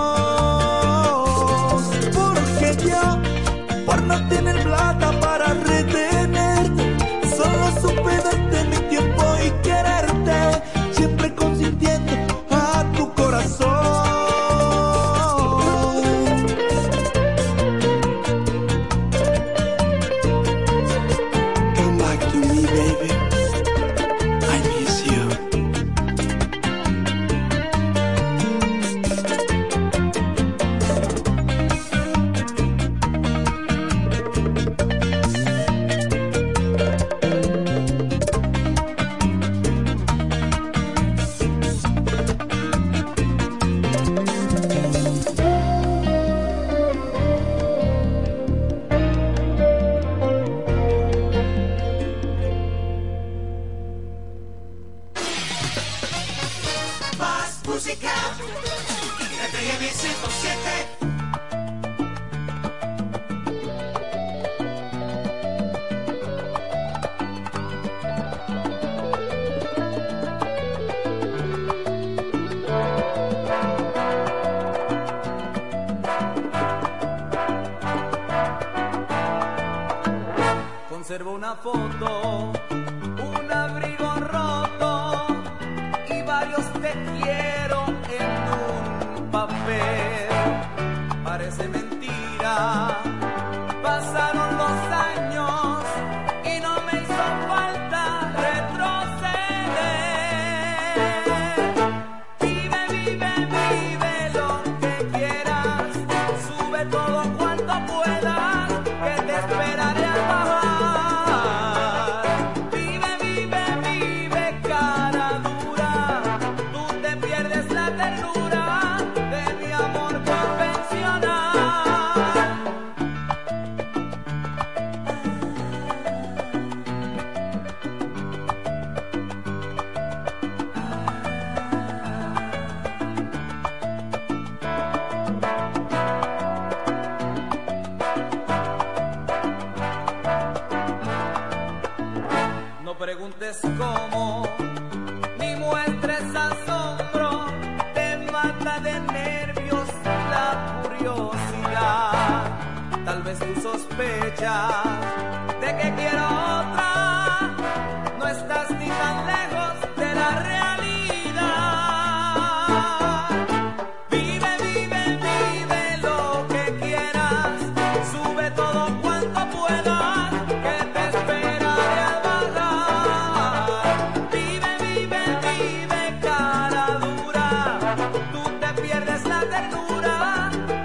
porque yo, por no tener plata para retenerte, solo supe darte mi tiempo y quererte, siempre consintiendo a tu corazón. Come back to me, baby. I miss you. Conservo una foto, un abrigo roto y varios te quiero en un papel. Parece mentira, pasaron los años y no me hizo falta retroceder. Vive, vive, vive lo que quieras, sube todo cuanto puedas, que te esperaré al bajar. Preguntes cómo, ni muestres asombro, te mata de nervios la curiosidad. Tal vez tú sospechas de que quiero otra, no estás ni tan lejos de la realidad. Vive, vive, vive lo que quieras, sube todo cuanto puedas, que te esperaré al bajar. Vive, vive, vive cara dura, tú te pierdes la ternura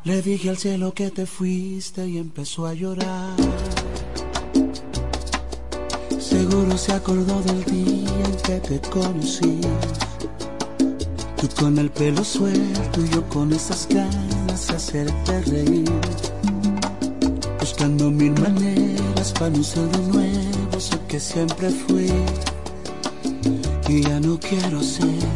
Le dije al cielo que te fuiste y empezó a llorar. Seguro se acordó del día en que te conocí. Tú con el pelo suelto y yo con esas ganas de hacerte reír. Buscando mil maneras para no ser de nuevo sé que siempre fui. Y ya no quiero ser.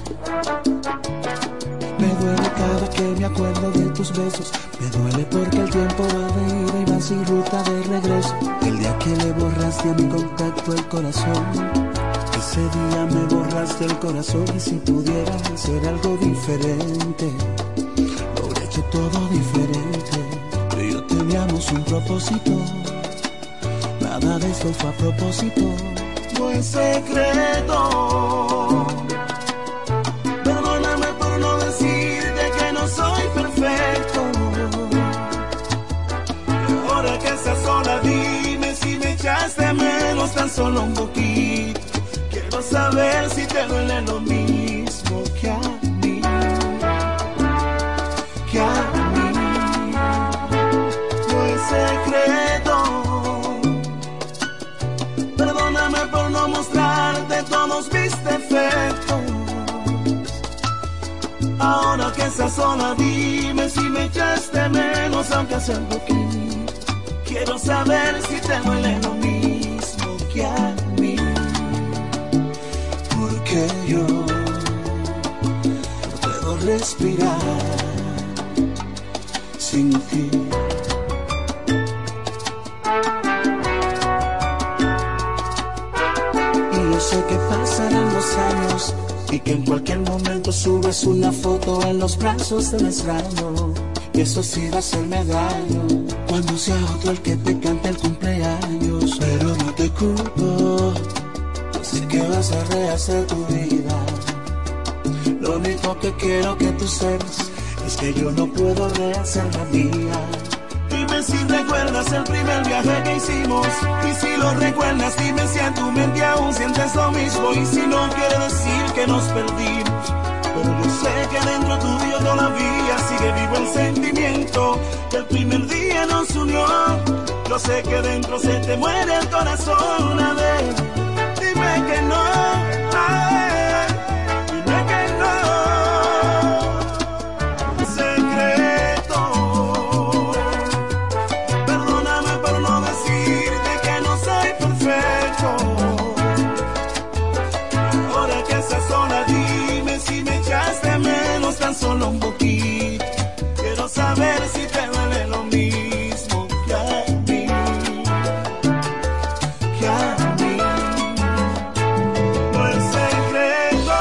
Me duele cada que me acuerdo de tus besos. Me duele porque el tiempo va de ida y va sin ruta de regreso. El día que le borraste a mi contacto el corazón, ese día me borraste el corazón. Y si pudiera hacer algo diferente, lo hubiera hecho todo diferente. Tú y yo teníamos un propósito, nada de eso fue a propósito. No es secreto. Perdóname por no decirte que no soy perfecto. Y ahora que estás sola, dime si me echaste menos tan solo un poquito. Quiero saber si te duele lo mismo que a mí, que a mí. No es secreto. Perdóname por no mostrarte todos mis defectos. Ahora que estás sola, dime si me echaste menos, aunque sea un poquito. Quiero saber si te duele lo mismo que a mí. Porque yo no puedo respirar sin ti. Y yo sé que pasarán los años y que en cualquier momento subes una foto en los brazos del extraño. Y eso sí va a hacerme daño cuando sea otro el que te cante el cumpleaños. Pero no te culpo, sé que vas a rehacer tu vida. Lo único que quiero que tú sepas es que yo no puedo rehacer la mía. Dime si recuerdas el primer viaje que hicimos. Y si lo recuerdas, dime si en tu mente aún sientes lo mismo. Y si no quiere decir que nos perdimos, pero yo sé que dentro tuyo todavía sigue vivo el sentimiento que el primer día nos unió. Yo sé que dentro se te muere el corazón. A ver, dime que no. Ay, dime que no. Secreto. Perdóname por no decirte que no soy perfecto. Ahora que estás sola, dime si me echaste menos tan solo un poquito. Quiero saber si te duele lo mismo que a mí, que a mí. No es secreto.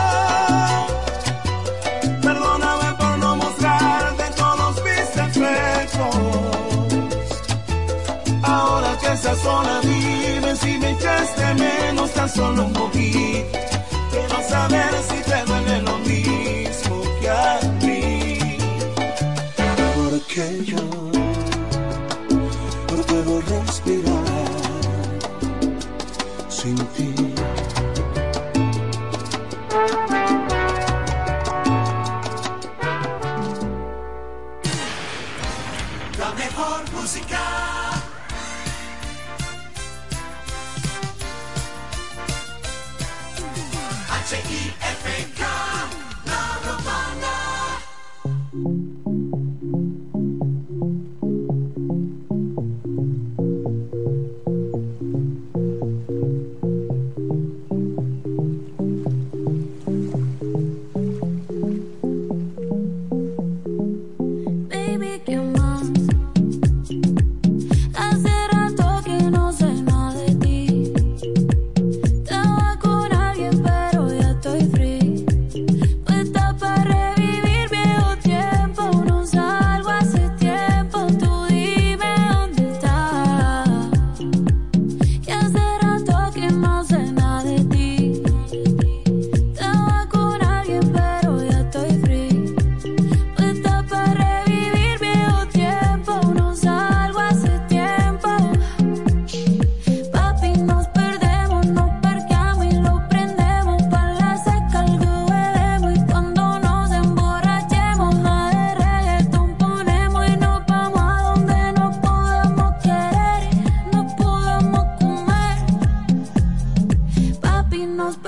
Perdóname por no mostrarte todos mis defectos. Ahora que estás sola, dime si me echaste menos tan solo un poquito. Quiero saber si te duele lo mismo que a mí. Porque yo no puedo respirar sin ti. La mejor música.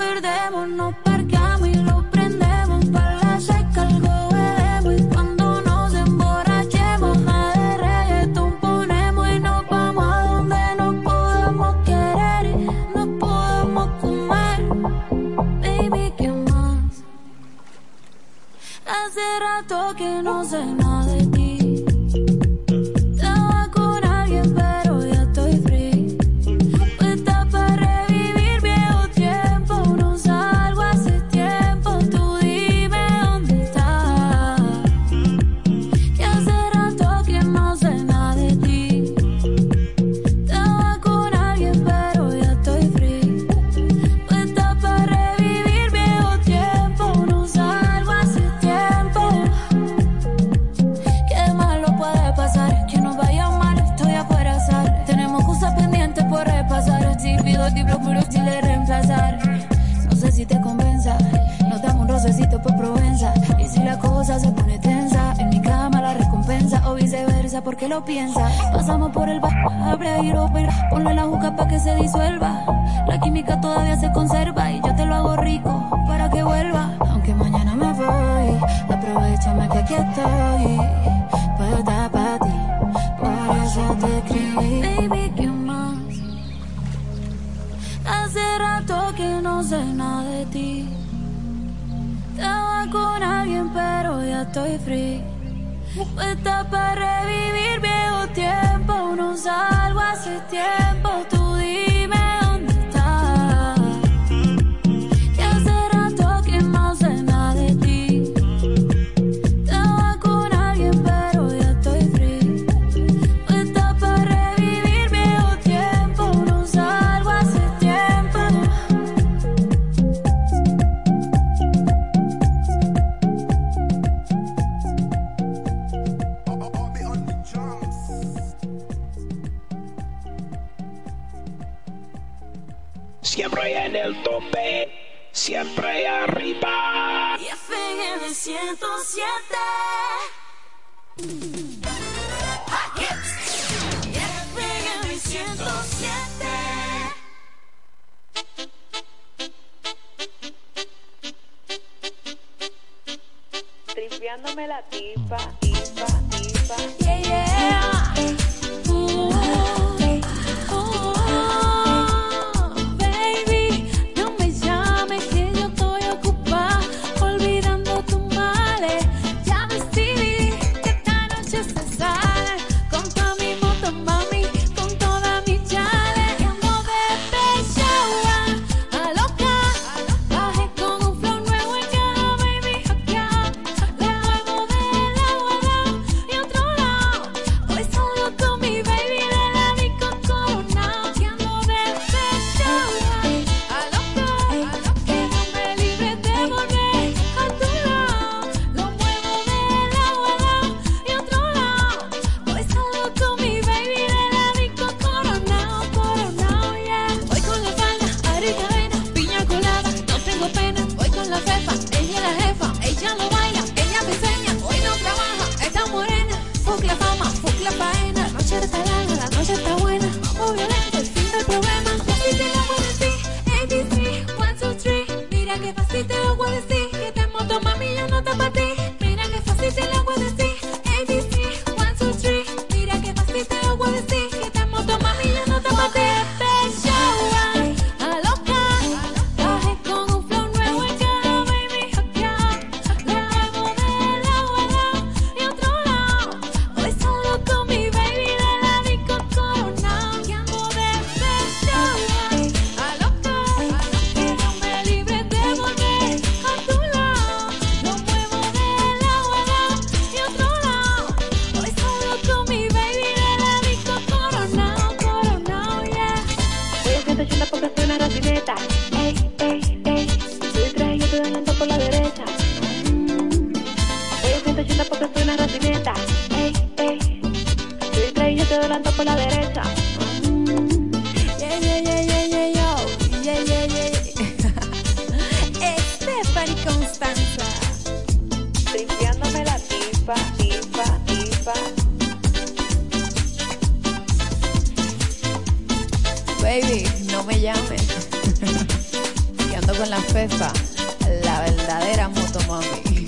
perdemos, nos parqueamos y lo prendemos. Para la seca algo bebemos y cuando nos emborrachemos, nada de reggaetón ponemos y nos vamos a donde nos podemos querer y nos podemos comer. Baby, ¿qué más? Hace rato que no sé nada de ti. Estaba con alguien pero ya estoy free. Puesta para revivir viejo tiempo. No salgo hace tiempo. Tú dime dónde estás. Que hace rato que no sé nada de ti. Estaba con alguien pero ya estoy free. Puesta para revivir viejo tiempo. No salgo hace tiempo. Qué malo puede pasar, que nos vaya mal, estoy afuera sal. Tenemos cosas pendientes por repasar. Si pido tipo puro chile reemplazar. No sé si te convenza, nos damos un rocecito por Provenza. Y si la cosa se pone tensa, en mi cama la recompensa o viceversa, porque lo piensa. Pasamos por el bar, abre y romper, ponle la juca pa' que se disuelva. La química todavía se conserva y yo te lo hago rico para que vuelva. Aunque mañana me voy, aprovechame que aquí estoy. Puedo estar para ti, por eso te escribí. Baby, ¿qué más? Hace rato que no sé nada de ti. Estaba con alguien pero ya estoy free. Puesta para revivir viejo tiempo. No salgo hace tiempo. Tú dime dónde estás. Que hace rato que no sé nada de ti. Estaba con alguien pero ya estoy free. Puesta para revivir viejo tiempo. No salgo hace tiempo. Siempre en el tope, siempre arriba. Y F M ciento siete. Y F M ciento siete. Tripeándome la tipa, tipa, tipa. Yeah, yeah. Ooh, oh, baby, no me llames que yo estoy ocupada, olvidando tus males. Ya decidí que esta noche se sale con toda mi moto, mami, con toda mi chale. Y ando de show a loca, bajé con un flow nuevo en cada baby acá. Lo muevo de lado a lado y otro lado. Hoy salgo con mi baby de la disco Coronao. Que ando de show a loca, que no me libre de volver a tu lado. Lo muevo de lado a lado y otro lado. Hoy salgo con mi baby de la disco Coronao, Coronao, yeah. Voy con la falda, abre cadena, piña colada, no tengo pena. Voy con la jefa, ella es la jefa, ella lo baila, ella me enseña. Hoy no trabaja, está morena. Fuck la fama, fuck la faena. La noche está larga, la noche está buena. Vamos violento, el fin del problema. Así te lo voy a decir, A B C, one, two, three. Mira que fácil te lo voy a decir, que te moto mami ya no está para ti. Mira que fácil te lo voy a decir, A B C, one, two, three. Mira que fácil te lo voy a decir, que te moto mami ya no está para ti. Este show a loca, bajé con un flow nuevo en cada baby acá. Lo muevo de lado a lado y otro lado. Hoy salgo con mi baby de la disco Coronao. Que ando de show a loca, que no me libre de volver a tu lado. Lo muevo de lado a lado y otro lado. Hoy salgo con mi baby de la disco Coronao, Coronao, yeah. Voy a ciento ochenta porque suena racineta. Ey, ey, ey. Soy tres y yo te adelanto por la derecha. Voy a ciento ochenta porque suena racineta. Ey, ey. Soy tres y yo te adelanto por la derecha. Yeah, yeah, yeah, yeah, yeah, yo. Yeah, yeah, yeah. Stephanie Constanza. Tripeándome la tipa, tipa, tipa. Baby, no me llames. Y ando con la Fefa, la verdadera motomami.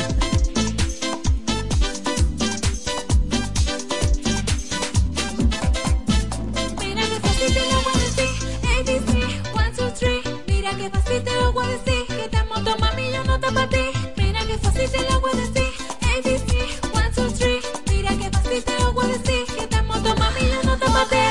Mira que fácil te lo voy a decir, A B C, one, two, three. Mira que fácil te lo voy a decir, que esta motomami yo no está para ti. Mira que fácil te lo voy a decir, A B C, one, two, three. Mira que fácil te lo voy a decir, que esta motomami yo no está para ti.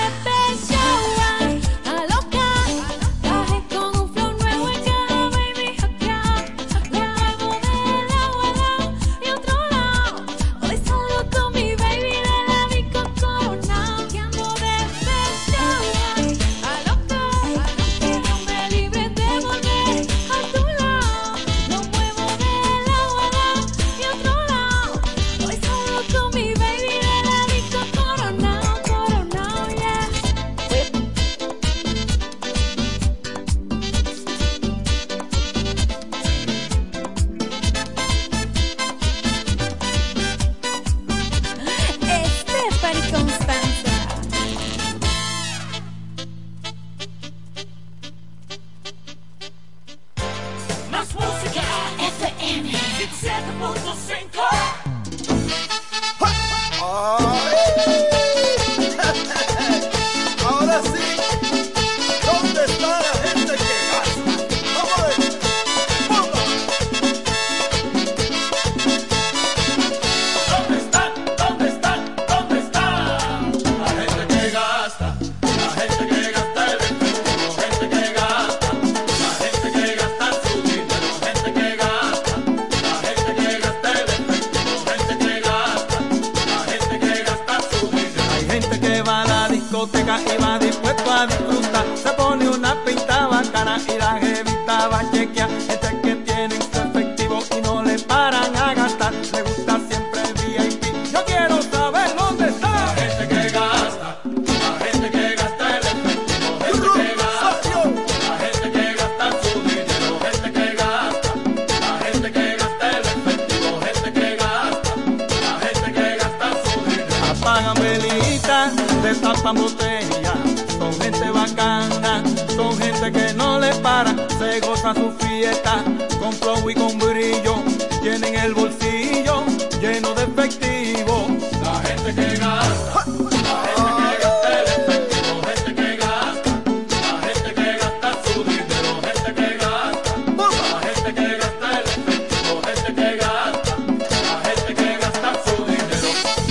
Destapan botella, son gente bacana, son gente que no le para, se goza su fiesta, con flow y con brillo, tienen el bolsillo lleno de efectivo. La gente que gasta, la gente que gasta el efectivo, gente que gasta, la gente que gasta su dinero, gente que gasta, la gente que gasta el efectivo, gente que gasta, la gente que gasta su dinero.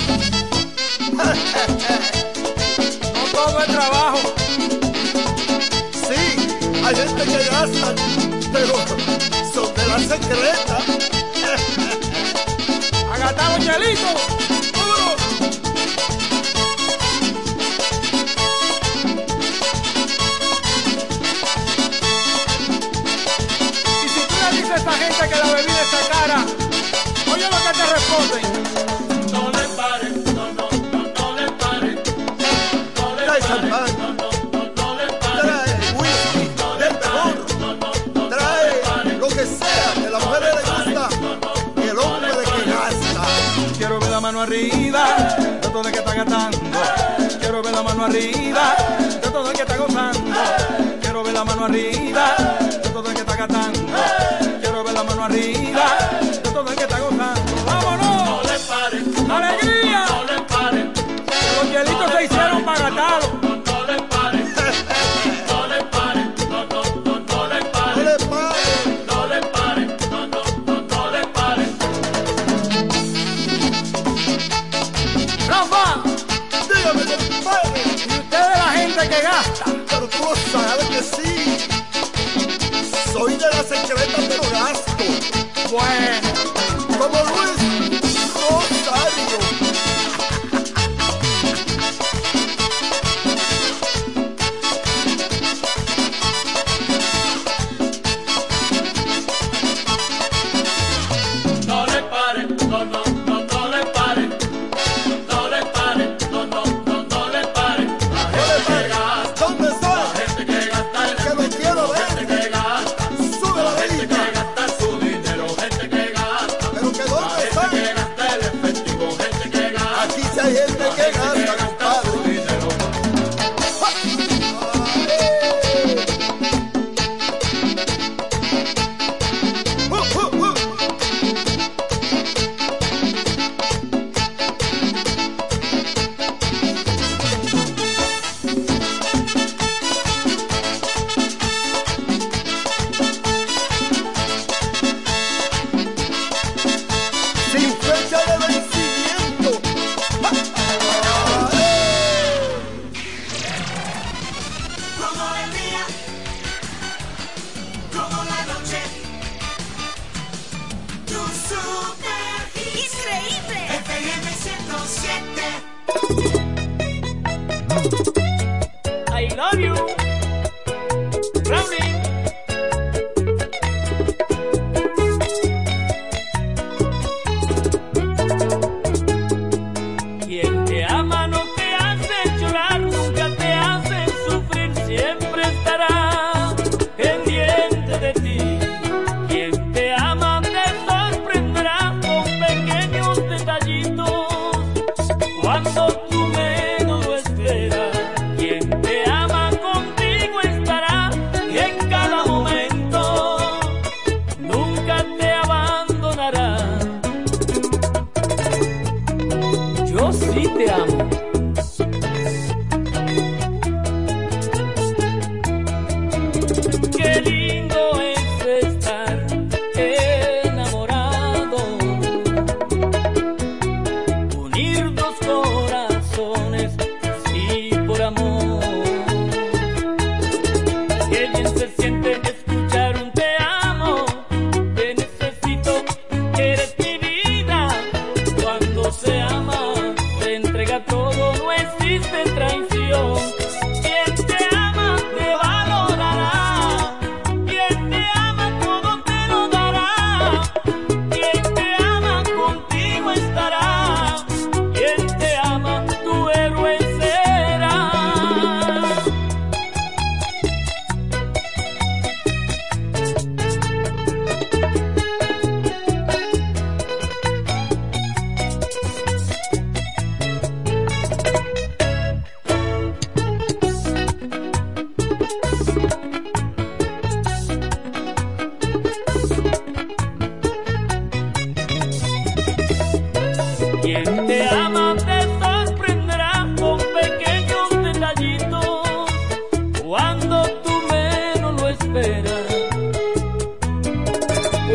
Todo el trabajo. Sí, hay gente que gasta, pero son de la secreta. Agatamos, Chelito. ¡Duro! Y si tú le dices a esta gente que la bebida es cara, oye lo que te responden. No le pares, no, no, no, no le pares. No le pares, no, no, no, no le pares. Trae whisky del mejor. Trae lo que sea que a la mujer le gusta y el hombre de que gasta. Quiero ver la mano arriba de todo el que está gastando. Quiero ver la mano arriba de todo el que está gozando. Quiero ver la mano arriba de todo el que está gastando. Quiero ver la mano arriba de todo el que está gozando. ¡Vámonos! No le pares. ¡Alegría! No le pares. Los hielitos se hicieron para gastarlo. No le pares. No le pares. No, no, no, no le pares. No le pares. No le pares. No, no, no, no le pares. Rafa, dígame, compadre. ¿Y usted es la gente que gasta? Pero tú lo sabes que sí. Soy de la secreta, pero gasto. Bueno, como Luis Rosario. no le pares. No, no, no, no le pares. No le pares. No, no, no, no le pares. La gente que gasta. ¿Dónde está? La gente que gasta. Que lo quiero ver. Gente que gasta. Sube la Gente velita. que gasta su dinero. Gente que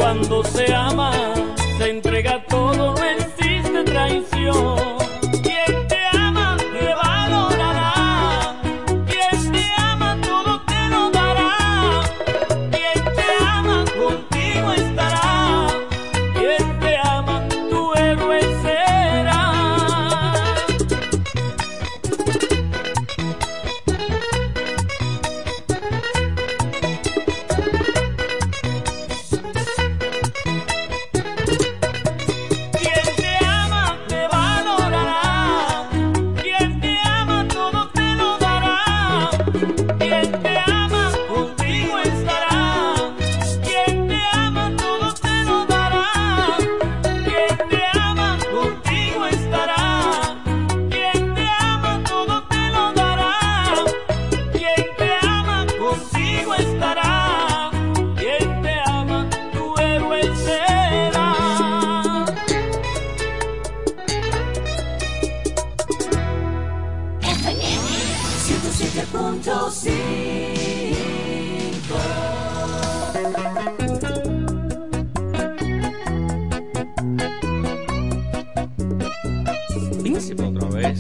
Cuando se ama, se entrega todo, no existe traición. Quien te ama te valorará, quien te ama todo te lo dará, quien te ama contigo estará, quien te ama tu héroe será. Príncipe otra vez.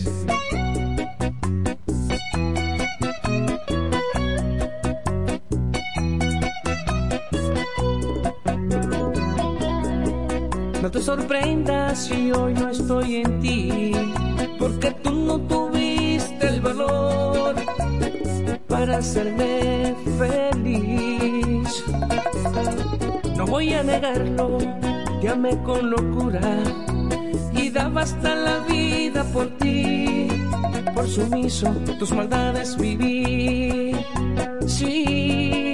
No te sorprendas si hoy no estoy en ti, porque tú no tuviste el valor para hacerme feliz. No voy a negarlo, te amé con locura y daba hasta la vida por ti. Por sumiso tus maldades viví. Sí,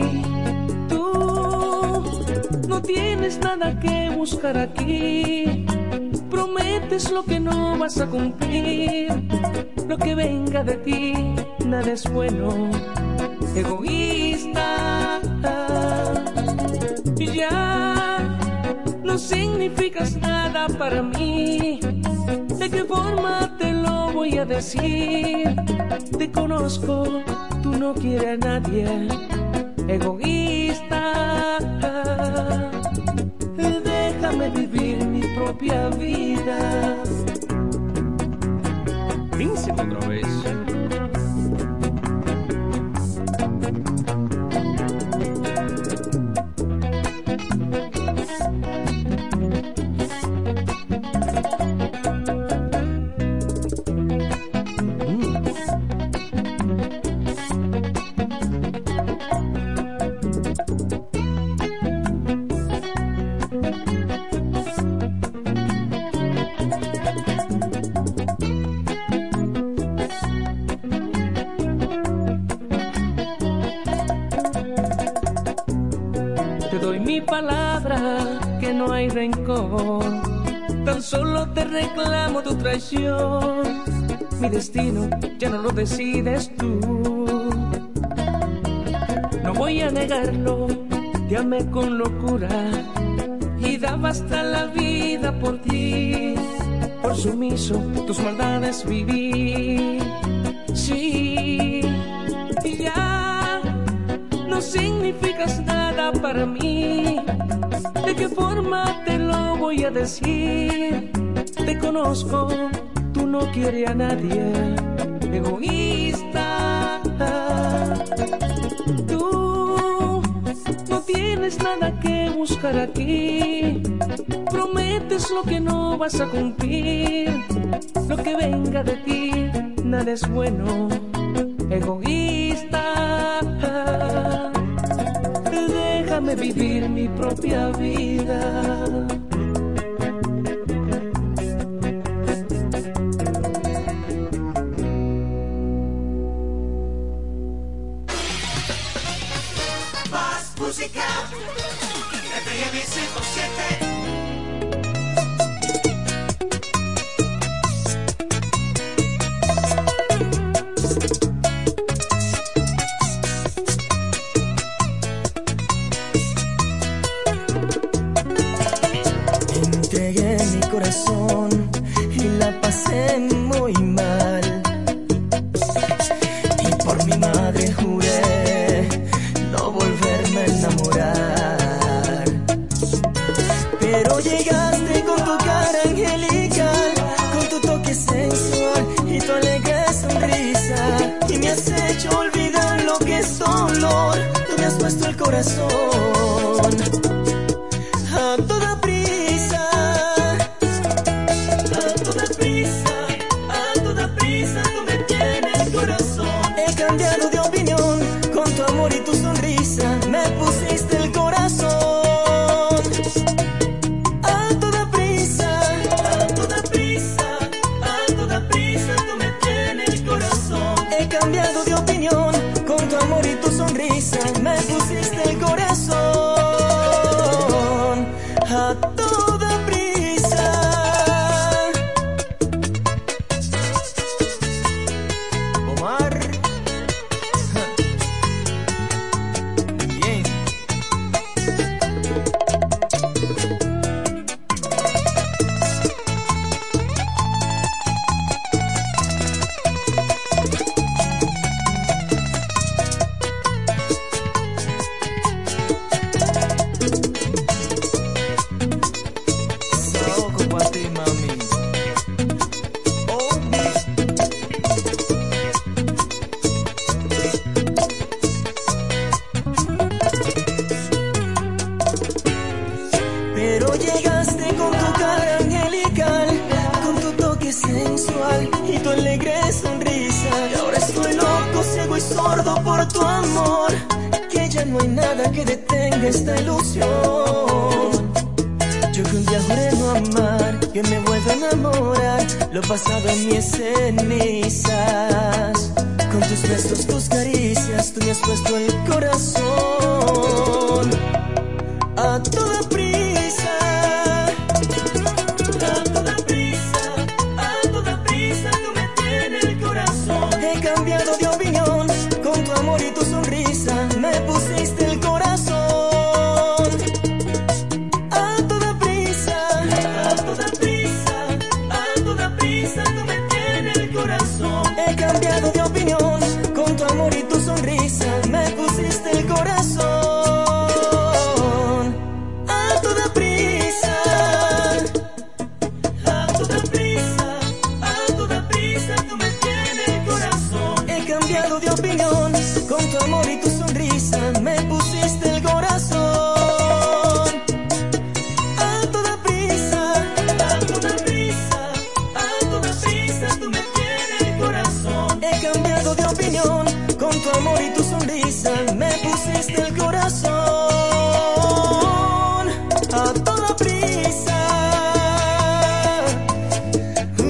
tú no tienes nada que buscar aquí. Prometes lo que no vas a cumplir. Lo que venga de ti, nada es bueno. Egoísta, ya no significas nada para mí. ¿De qué forma te lo voy a decir? Te conozco, tú no quieres a nadie. Egoísta, déjame vivir mi propia vida. Príncipe otra vez. Palabra que no hay rencor, tan solo te reclamo tu traición. Mi destino ya no lo decides tú. No voy a negarlo, te amé con locura y daba hasta la vida por ti. Por sumiso tus maldades viví. Sí, ya no significas nada para mí. ¿De qué forma te lo voy a decir? Te conozco, tú no quieres a nadie. Egoísta, tú no tienes nada que buscar aquí. Prometes lo que no vas a cumplir. Lo que venga de ti, nada es bueno. Egoísta, déjame vivir mi propia vida. Más música, F M ciento siete. Y la pasé muy mal, y por mi madre juré no volverme a enamorar. Pero llegaste con tu cara angelical, con tu toque sensual y tu alegre sonrisa, y me has hecho olvidar lo que es dolor. Tú me has puesto el corazón a toda prisa, a toda prisa, a toda prisa. Tú me tienes el corazón. He cambiado de opinión con tu amor y tu sonrisa. Me pusiste el corazón a toda prisa, a toda prisa, a toda prisa. Tú me tienes el corazón. He cambiado de opinión con tu amor y tu sonrisa. Me pusiste el corazón a toda prisa. Omar. Bien. Saoco pa' ti, mami. Oh, pero llegaste con tu cara angelical, con tu toque sensual y tu alegre sonrisa. Y ahora estoy loco, ciego y sordo por tu amor, que ya no hay nada que detenga esta ilusión. Yo que un día juré no amar, que me vuelvo a enamorar. Lo pasado en mis cenizas, con tus besos, tus caricias, tú me has puesto el corazón a toda prisa, a toda prisa, a toda prisa. Tú me tienes el corazón. He cambiado de opinión con tu amor y tu sonrisa. Me pusiste el corazón a toda prisa, a toda prisa, a toda prisa. Tú me tienes el corazón. He cambiado de opinión con tu amor y tu sonrisa. Me pusiste el corazón a toda prisa, a toda prisa, a toda prisa. Tú me tienes el corazón. He cambiado de opinión con tu amor y tu sonrisa. Me pusiste el corazón a toda prisa, a toda prisa, a toda prisa. Tú me tienes el corazón. He cambiado de opinión con tu amor y tu sonrisa. Me pusiste el corazón a toda prisa. Uh.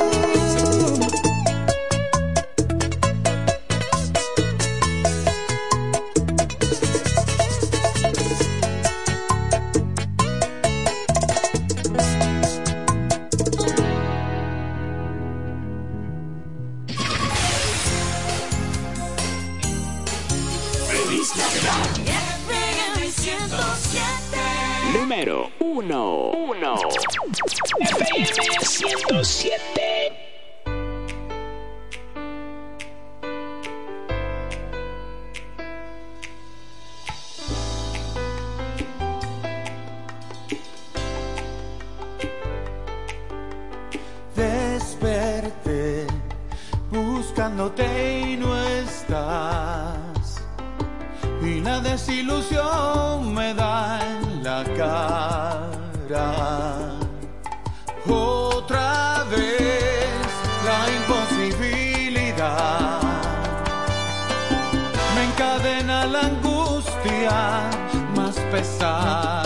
Feliz Navidad. Número uno. uno. F M ciento siete. Desperté buscándote y no estás, y la desilusión me da en la cara. Otra vez la imposibilidad me encadena la angustia más pesada.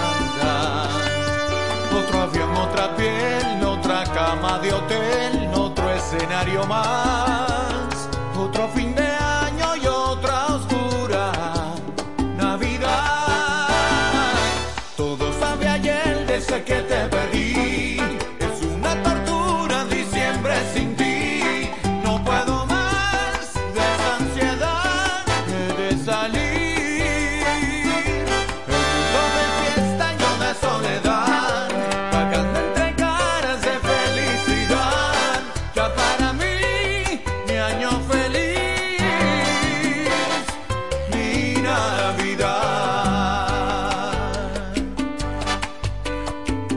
Otro avión, otra piel, otra cama de hotel, otro escenario más, otro fin de año y otra oscura Navidad. Todo sabe a ayer desde que te perdí. Es una tortura diciembre sin ti. No puedo más de esa ansiedad de salir. El mundo de fiesta, yo de soledad, vagando entre caras de felicidad. Ya para mí, mi año feliz, mi Navidad.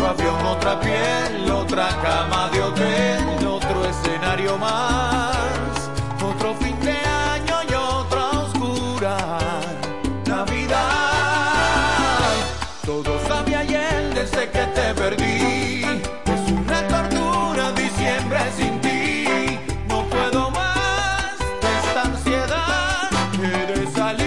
otro avión, otra piel, otra cama de hotel, otro escenario más, otro fin de año y otra oscura Navidad. Todo sabe ayer desde que te perdí, es una tortura diciembre sin ti. No puedo más de esta ansiedad, he de salir.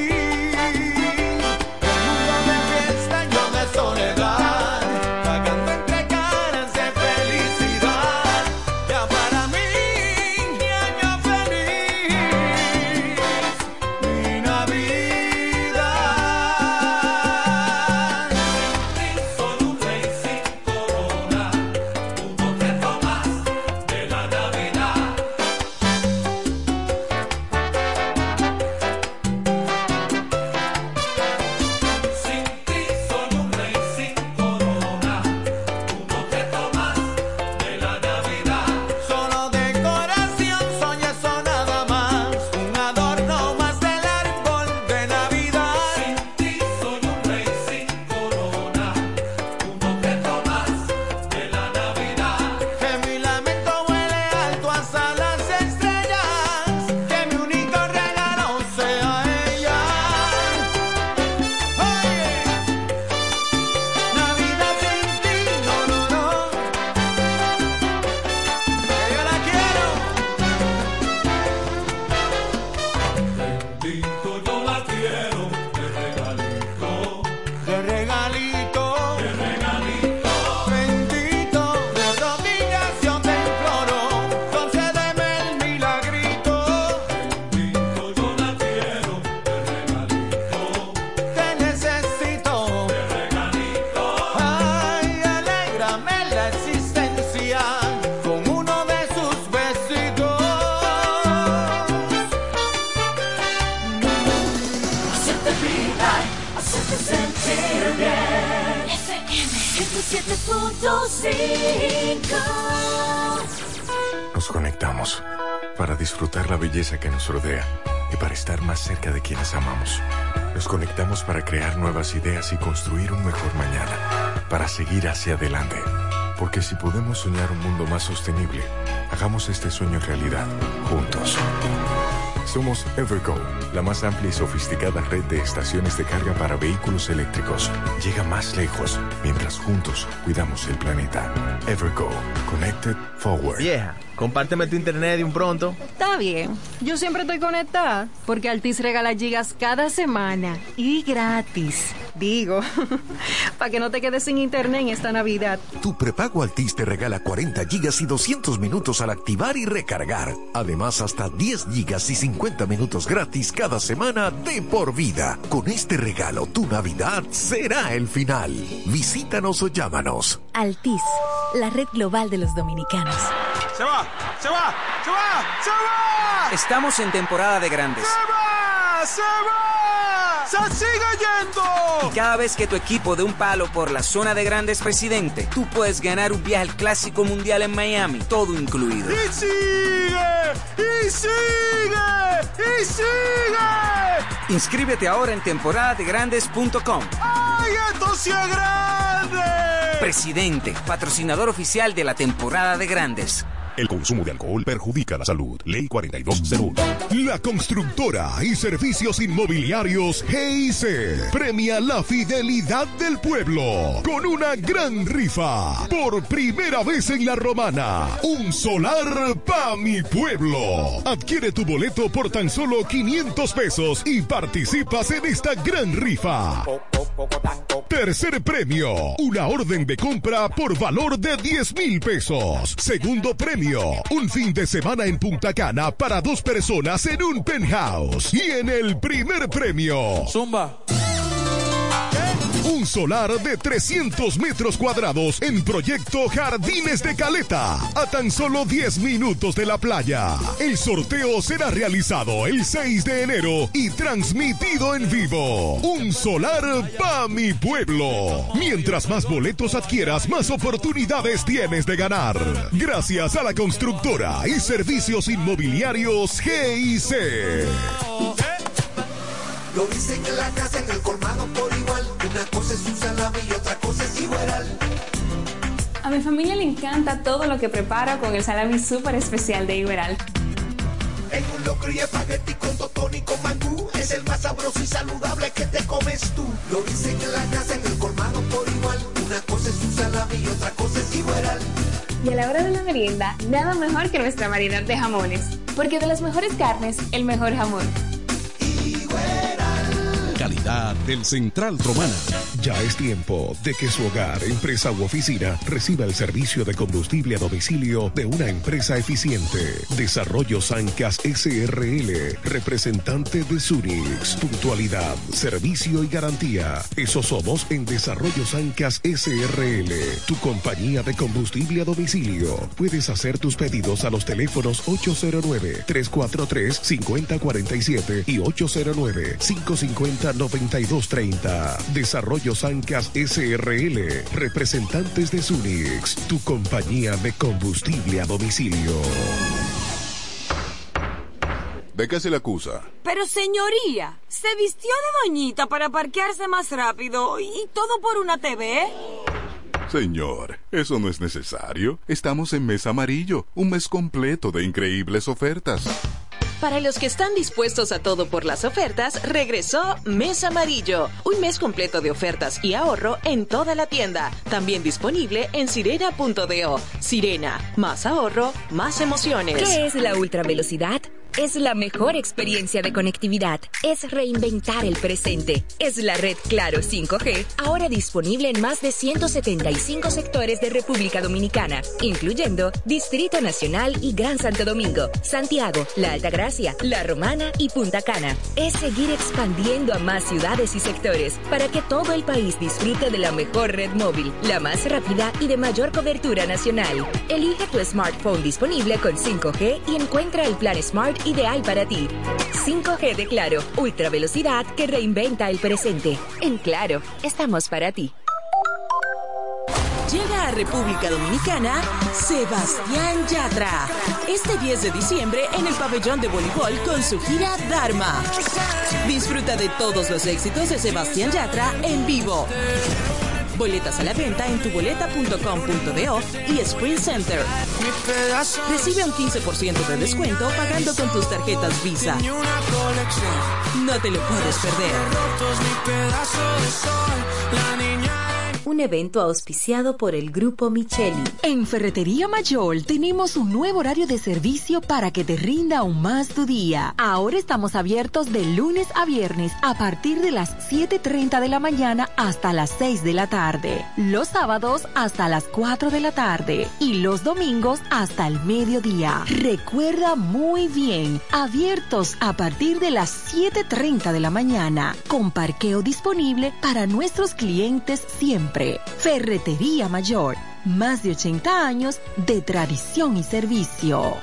Nos conectamos para disfrutar la belleza que nos rodea y para estar más cerca de quienes amamos. Nos conectamos para crear nuevas ideas y construir un mejor mañana, para seguir hacia adelante. Porque si podemos soñar un mundo más sostenible, hagamos este sueño realidad, juntos. Somos Evergo, la más amplia y sofisticada red de estaciones de carga para vehículos eléctricos. Llega más lejos mientras juntos cuidamos el planeta. Evergo, Connected Forward. Vieja, compárteme tu internet de un pronto. Está bien, yo siempre estoy conectada porque Altis regala gigas cada semana y gratis. Digo, para que no te quedes sin internet en esta Navidad. Tu prepago Altis te regala cuarenta gigas y doscientos minutos al activar y recargar. Además, hasta diez gigas y cincuenta minutos gratis cada semana de por vida. Con este regalo, tu Navidad será el final. Visítanos o llámanos. Altis, la red global de los dominicanos. ¡Se va! ¡Se va! ¡Se va! ¡Se va! Estamos en temporada de grandes. ¡Se va! ¡Se va! ¡Se sigue yendo! Y cada vez que tu equipo dé un palo por la zona de grandes, presidente, tú puedes ganar un viaje al Clásico Mundial en Miami, todo incluido. ¡Y sigue! ¡Y sigue! ¡Y sigue! Inscríbete ahora en temporada de grandes punto com. ¡Ay, esto sí es grande! Presidente, patrocinador oficial de la temporada de grandes. El consumo de alcohol perjudica la salud. Ley cuarenta y dos cero uno. La constructora y servicios inmobiliarios G I C premia la fidelidad del pueblo con una gran rifa. Por primera vez en La Romana, un solar pa' mi pueblo. Adquiere tu boleto por tan solo quinientos pesos y participas en esta gran rifa. Tercer premio, una orden de compra por valor de diez mil pesos. Segundo premio, un fin de semana en Punta Cana para dos personas en un penthouse. Y en el primer premio, Zumba. un solar de trescientos metros cuadrados en proyecto Jardines de Caleta, a tan solo diez minutos de la playa. El sorteo será realizado el seis de enero y transmitido en vivo. Un solar pa' mi pueblo. Mientras más boletos adquieras, más oportunidades tienes de ganar. Gracias a la constructora y servicios inmobiliarios G I C. Lo dicen en la casa, en el colmado por igual. Una cosa es un salami y otra cosa es Igueral. A mi familia le encanta todo lo que preparo con el salami súper especial de Igueral. En un locro y espagueti con totón y con mangú, es el más sabroso y saludable que te comes tú. Lo dicen en la casa, en el colmado por igual. Una cosa es un salami y otra cosa es Igueral. Y a la hora de la merienda, nada mejor que nuestra variedad de jamones. Porque de las mejores carnes, el mejor jamón. Calidad del Central Romana. Ya es tiempo de que su hogar, empresa u oficina reciba el servicio de combustible a domicilio de una empresa eficiente. Desarrollo Sancas S R L, representante de Sunix. Puntualidad, servicio y garantía. Eso somos en Desarrollo Sancas S R L, tu compañía de combustible a domicilio. Puedes hacer tus pedidos a los teléfonos ocho cero nueve, tres cuatro tres, cinco cero cuatro siete y ocho cero nueve, cinco cinco cero, nueve dos tres cero. Desarrollo Sancas S R L, representantes de Sunix, tu compañía de combustible a domicilio. ¿De qué se le acusa? Pero señoría, se vistió de doñita para parquearse más rápido y todo por una T V. Señor, eso no es necesario. Estamos en Mes Amarillo, un mes completo de increíbles ofertas. Para los que están dispuestos a todo por las ofertas, regresó Mes Amarillo, un mes completo de ofertas y ahorro en toda la tienda. También disponible en sirena punto do. Sirena, más ahorro, más emociones. ¿Qué es la ultravelocidad? Es la mejor experiencia de conectividad. Es reinventar el presente. Es la red Claro cinco G, ahora disponible en más de ciento setenta y cinco sectores de República Dominicana, incluyendo Distrito Nacional y Gran Santo Domingo, Santiago, La Altagracia, La Romana y Punta Cana. Es seguir expandiendo a más ciudades y sectores para que todo el país disfrute de la mejor red móvil, la más rápida y de mayor cobertura nacional. Elige tu smartphone disponible con cinco G y encuentra el plan Smart ideal para ti. cinco G de Claro, ultra velocidad que reinventa el presente. En Claro, estamos para ti. Llega a República Dominicana Sebastián Yatra. Este diez de diciembre en el pabellón de voleibol con su gira Dharma. Disfruta de todos los éxitos de Sebastián Yatra en vivo. Boletas a la venta en tuboleta punto com punto do y Sprint Center. Recibe un quince por ciento de descuento pagando con tus tarjetas Visa. No te lo puedes perder. Un evento auspiciado por el Grupo Micheli. En Ferretería Mayor tenemos un nuevo horario de servicio para que te rinda aún más tu día. Ahora estamos abiertos de lunes a viernes a partir de las siete y treinta de la mañana hasta las seis de la tarde. Los sábados hasta las cuatro de la tarde y los domingos hasta el mediodía. Recuerda muy bien, abiertos a partir de las siete y treinta de la mañana, con parqueo disponible para nuestros clientes siempre. Ferretería Mayor, más de ochenta años de tradición y servicio.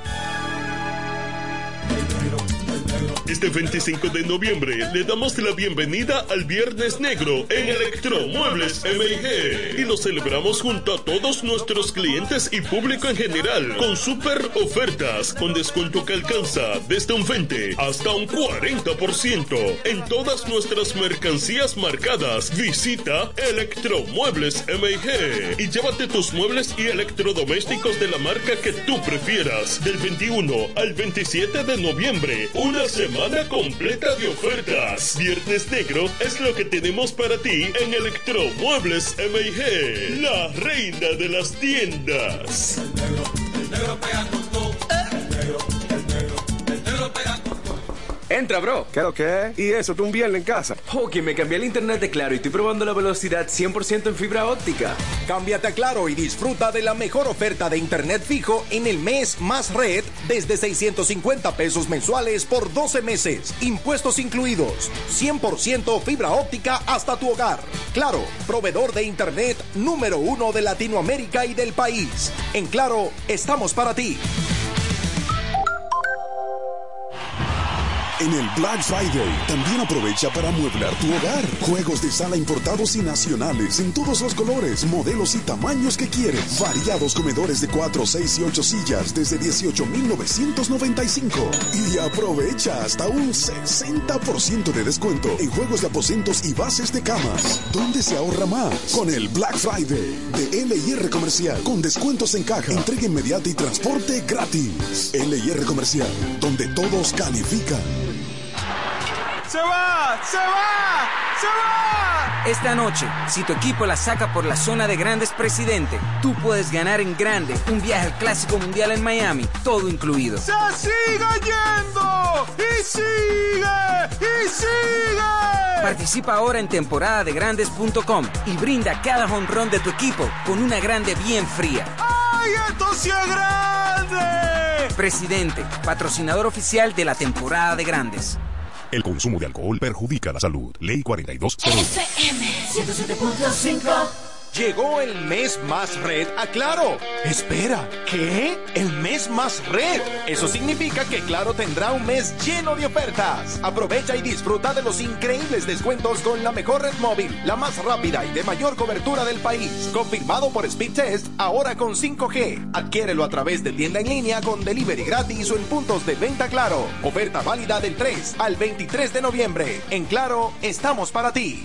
Este veinticinco de noviembre le damos la bienvenida al Viernes Negro en Electromuebles M I G y lo celebramos junto a todos nuestros clientes y público en general con super ofertas con descuento que alcanza desde un veinte hasta un cuarenta por ciento en todas nuestras mercancías marcadas. Visita Electromuebles M I G y llévate tus muebles y electrodomésticos de la marca que tú prefieras del veintiuno al veintisiete de noviembre. Una semana completa de ofertas. Viernes Negro es lo que tenemos para ti en Electromuebles M I G, la reina de las tiendas. El negro, el negro pega con todo. El negro, el negro, el negro pega con todo. Entra, bro. ¿Qué lo que es? ¿Y eso? ¿Tú un viernes en casa? Ok, me cambié el internet de Claro y estoy probando la velocidad cien por ciento en fibra óptica. Cámbiate a Claro y disfruta de la mejor oferta de internet fijo en el mes más red desde seiscientos cincuenta pesos mensuales por doce meses. Impuestos incluidos. cien por ciento fibra óptica hasta tu hogar. Claro, proveedor de internet número uno de Latinoamérica y del país. En Claro, estamos para ti. En el Black Friday, también aprovecha para amueblar tu hogar. Juegos de sala importados y nacionales en todos los colores, modelos y tamaños que quieres. Variados comedores de cuatro, seis y ocho sillas desde dieciocho mil novecientos noventa y cinco. Y aprovecha hasta un sesenta por ciento de descuento en juegos de aposentos y bases de camas. ¿Dónde se ahorra más? Con el Black Friday de L y R Comercial. Con descuentos en caja, entrega inmediata y transporte gratis. L y R Comercial, donde todos califican. ¡Se va! ¡Se va! ¡Se va! Esta noche, si tu equipo la saca por la zona de grandes Presidente, tú puedes ganar en grande un viaje al Clásico Mundial en Miami, todo incluido. ¡Se sigue yendo! ¡Y sigue! ¡Y sigue! Participa ahora en temporada de grandes punto com y brinda cada jonrón de tu equipo con una grande bien fría. ¡Ay, esto sí es grande! Presidente, patrocinador oficial de la temporada de grandes. El consumo de alcohol perjudica la salud. Ley cuarenta y dos cero uno. F M ciento siete punto cinco. Llegó el mes más red a Claro. Espera, ¿qué? ¿El mes más red? Eso significa que Claro tendrá un mes lleno de ofertas. Aprovecha y disfruta de los increíbles descuentos con la mejor red móvil, la más rápida y de mayor cobertura del país. Confirmado por Speed Test, ahora con cinco G. Adquiérelo a través de tienda en línea con delivery gratis o en puntos de venta Claro. Oferta válida del tres al veintitrés de noviembre. En Claro, estamos para ti.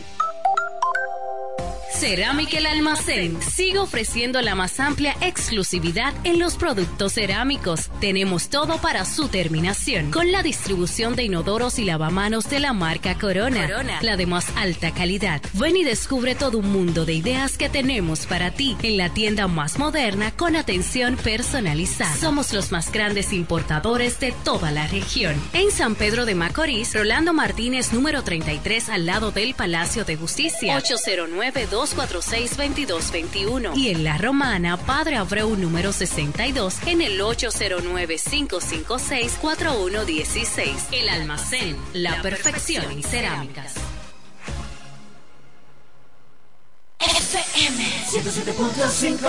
Cerámica El Almacén sigue ofreciendo la más amplia exclusividad en los productos cerámicos. Tenemos todo para su terminación, con la distribución de inodoros y lavamanos de la marca Corona, Corona, la de más alta calidad. Ven y descubre todo un mundo de ideas que tenemos para ti en la tienda más moderna con atención personalizada. Somos los más grandes importadores de toda la región. En San Pedro de Macorís, Rolando Martínez, número treinta y tres, al lado del Palacio de Justicia, ocho cero nueve, dos cuatro seis, veintidós veintiuno. Y en La Romana, Padre Abreu, número sesenta y dos, en el ocho cero nueve, cinco cinco seis, cuatro uno uno seis. El Almacén, la perfección en cerámicas. F M ciento siete punto cinco.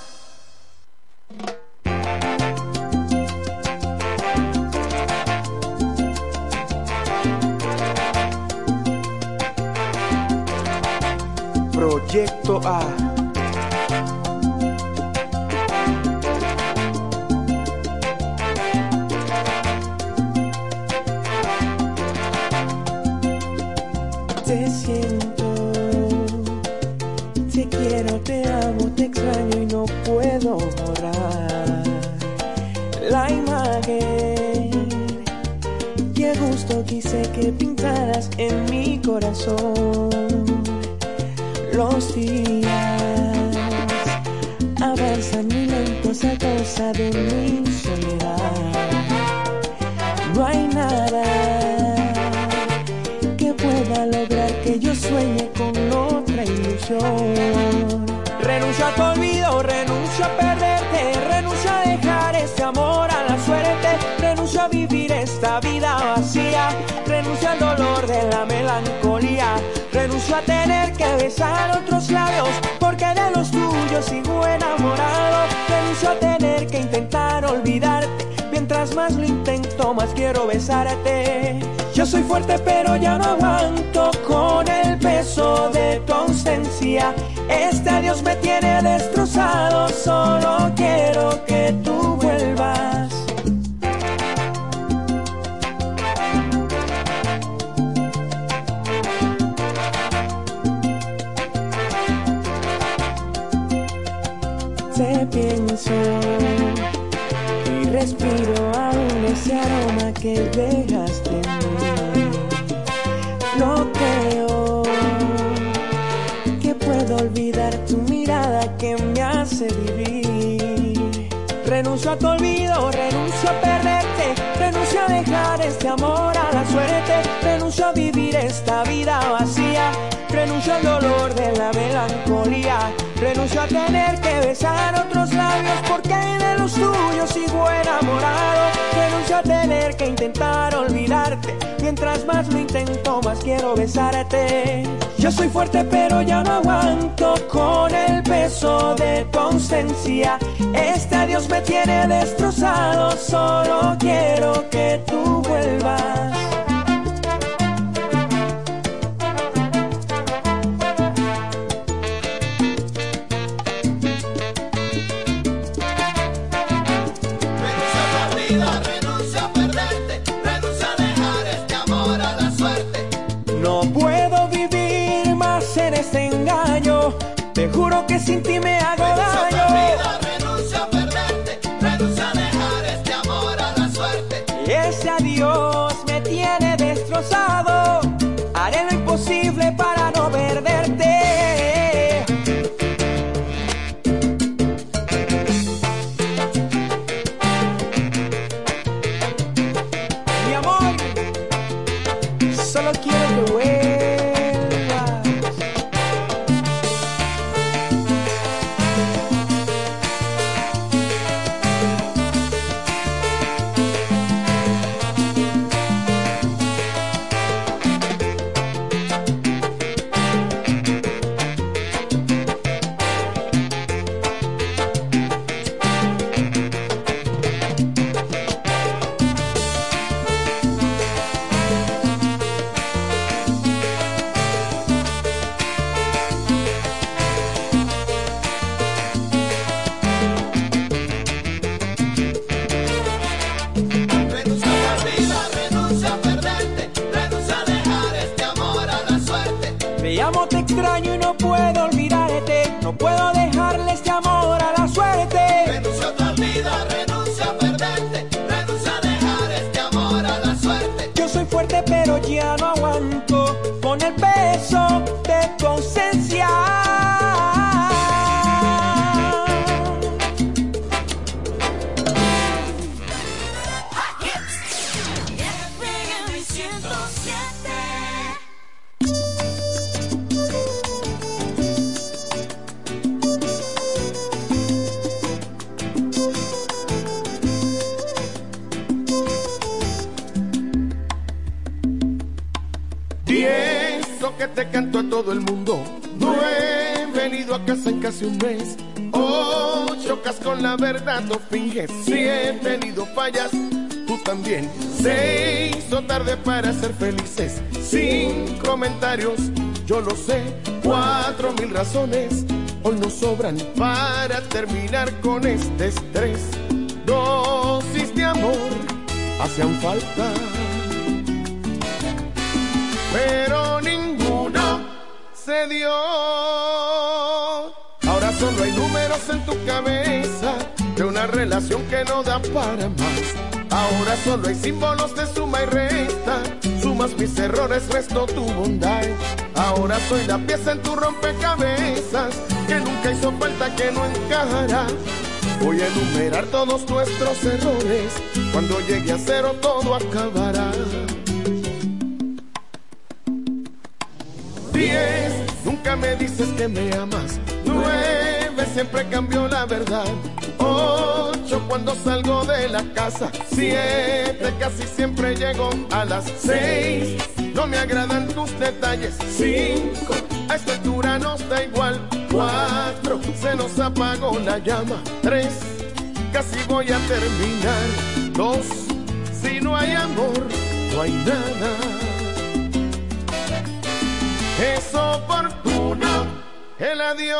Proyecto A. Te siento, te quiero, te amo, te extraño y no puedo borrar la imagen. Qué gusto quise que pintaras en mi corazón. Los días avanzan muy lentos a causa de mi soledad. No hay nada que pueda lograr que yo sueñe con otra ilusión. Renuncio a tu olvido, renuncio a perderte, renuncio a dejar este amor a la suerte, renuncio a vivir esta vida vacía, renuncio al dolor de la melancolía. Renuncio a tener que besar otros labios, porque de los tuyos sigo enamorado. Renuncio a tener que intentar olvidarte, mientras más lo intento más quiero besarte. Yo soy fuerte pero ya no aguanto con el peso de tu ausencia. Este adiós me tiene destrozado, solo quiero que tú vuelvas. Te pienso y respiro aún ese aroma que dejaste en mí. No creo que puedo olvidar tu mirada que me hace vivir. Renuncio a tu olvido, renuncio a perderte, renuncio a dejar este amor a la suerte, renuncio a vivir esta vida vacía, renuncio al dolor de la melancolía. Renuncio a tener que besar otros labios, porque de los tuyos sigo enamorado. Renuncio a tener que intentar olvidarte, mientras más lo intento más quiero besarte. Yo soy fuerte pero ya no aguanto con el peso de tu ausencia. Este adiós me tiene destrozado, solo quiero que tú vuelvas. Seguro que sin ti me hago daño. Renuncio a perderte, renuncio a dejar este amor a la suerte. Y ese adiós me tiene destrozado. Haré lo imposible para no perderte. Mi amor, solo quiero que vuelvas. Te extraño y no puedo olvidarte. No puedo dejarle este amor a la suerte. Renuncio a tu vida, renuncio a perderte. Renuncio a dejar este amor a la suerte. Yo soy fuerte pero ya no aguanto con el peso de tu ausencia. Que te canto a todo el mundo. No he venido a casa en casi un mes. Oh, chocas con la verdad, no finges. Si he tenido fallas, tú también. Se hizo tarde para ser felices. Sin comentarios, yo lo sé. Cuatro mil razones hoy nos sobran para terminar con este estrés. Dosis de amor hacían falta, pero ninguno se dio. Ahora solo hay números en tu cabeza de una relación que no da para más. Ahora solo hay símbolos de suma y resta. Sumas mis errores, resto tu bondad. Ahora soy la pieza en tu rompecabezas que nunca hizo falta, que no encajará. Voy a enumerar todos nuestros errores. Cuando llegue a cero todo acabará. Diez, nunca me dices que me amas. Nueve, siempre cambio la verdad. Ocho, cuando salgo de la casa. Siete, casi siempre llego a las seis. No me agradan tus detalles. Cinco, a esta altura nos da igual. Cuatro, se nos apagó la llama. Tres, casi voy a terminar. Dos, si no hay amor, no hay nada. Es oportuno el adiós.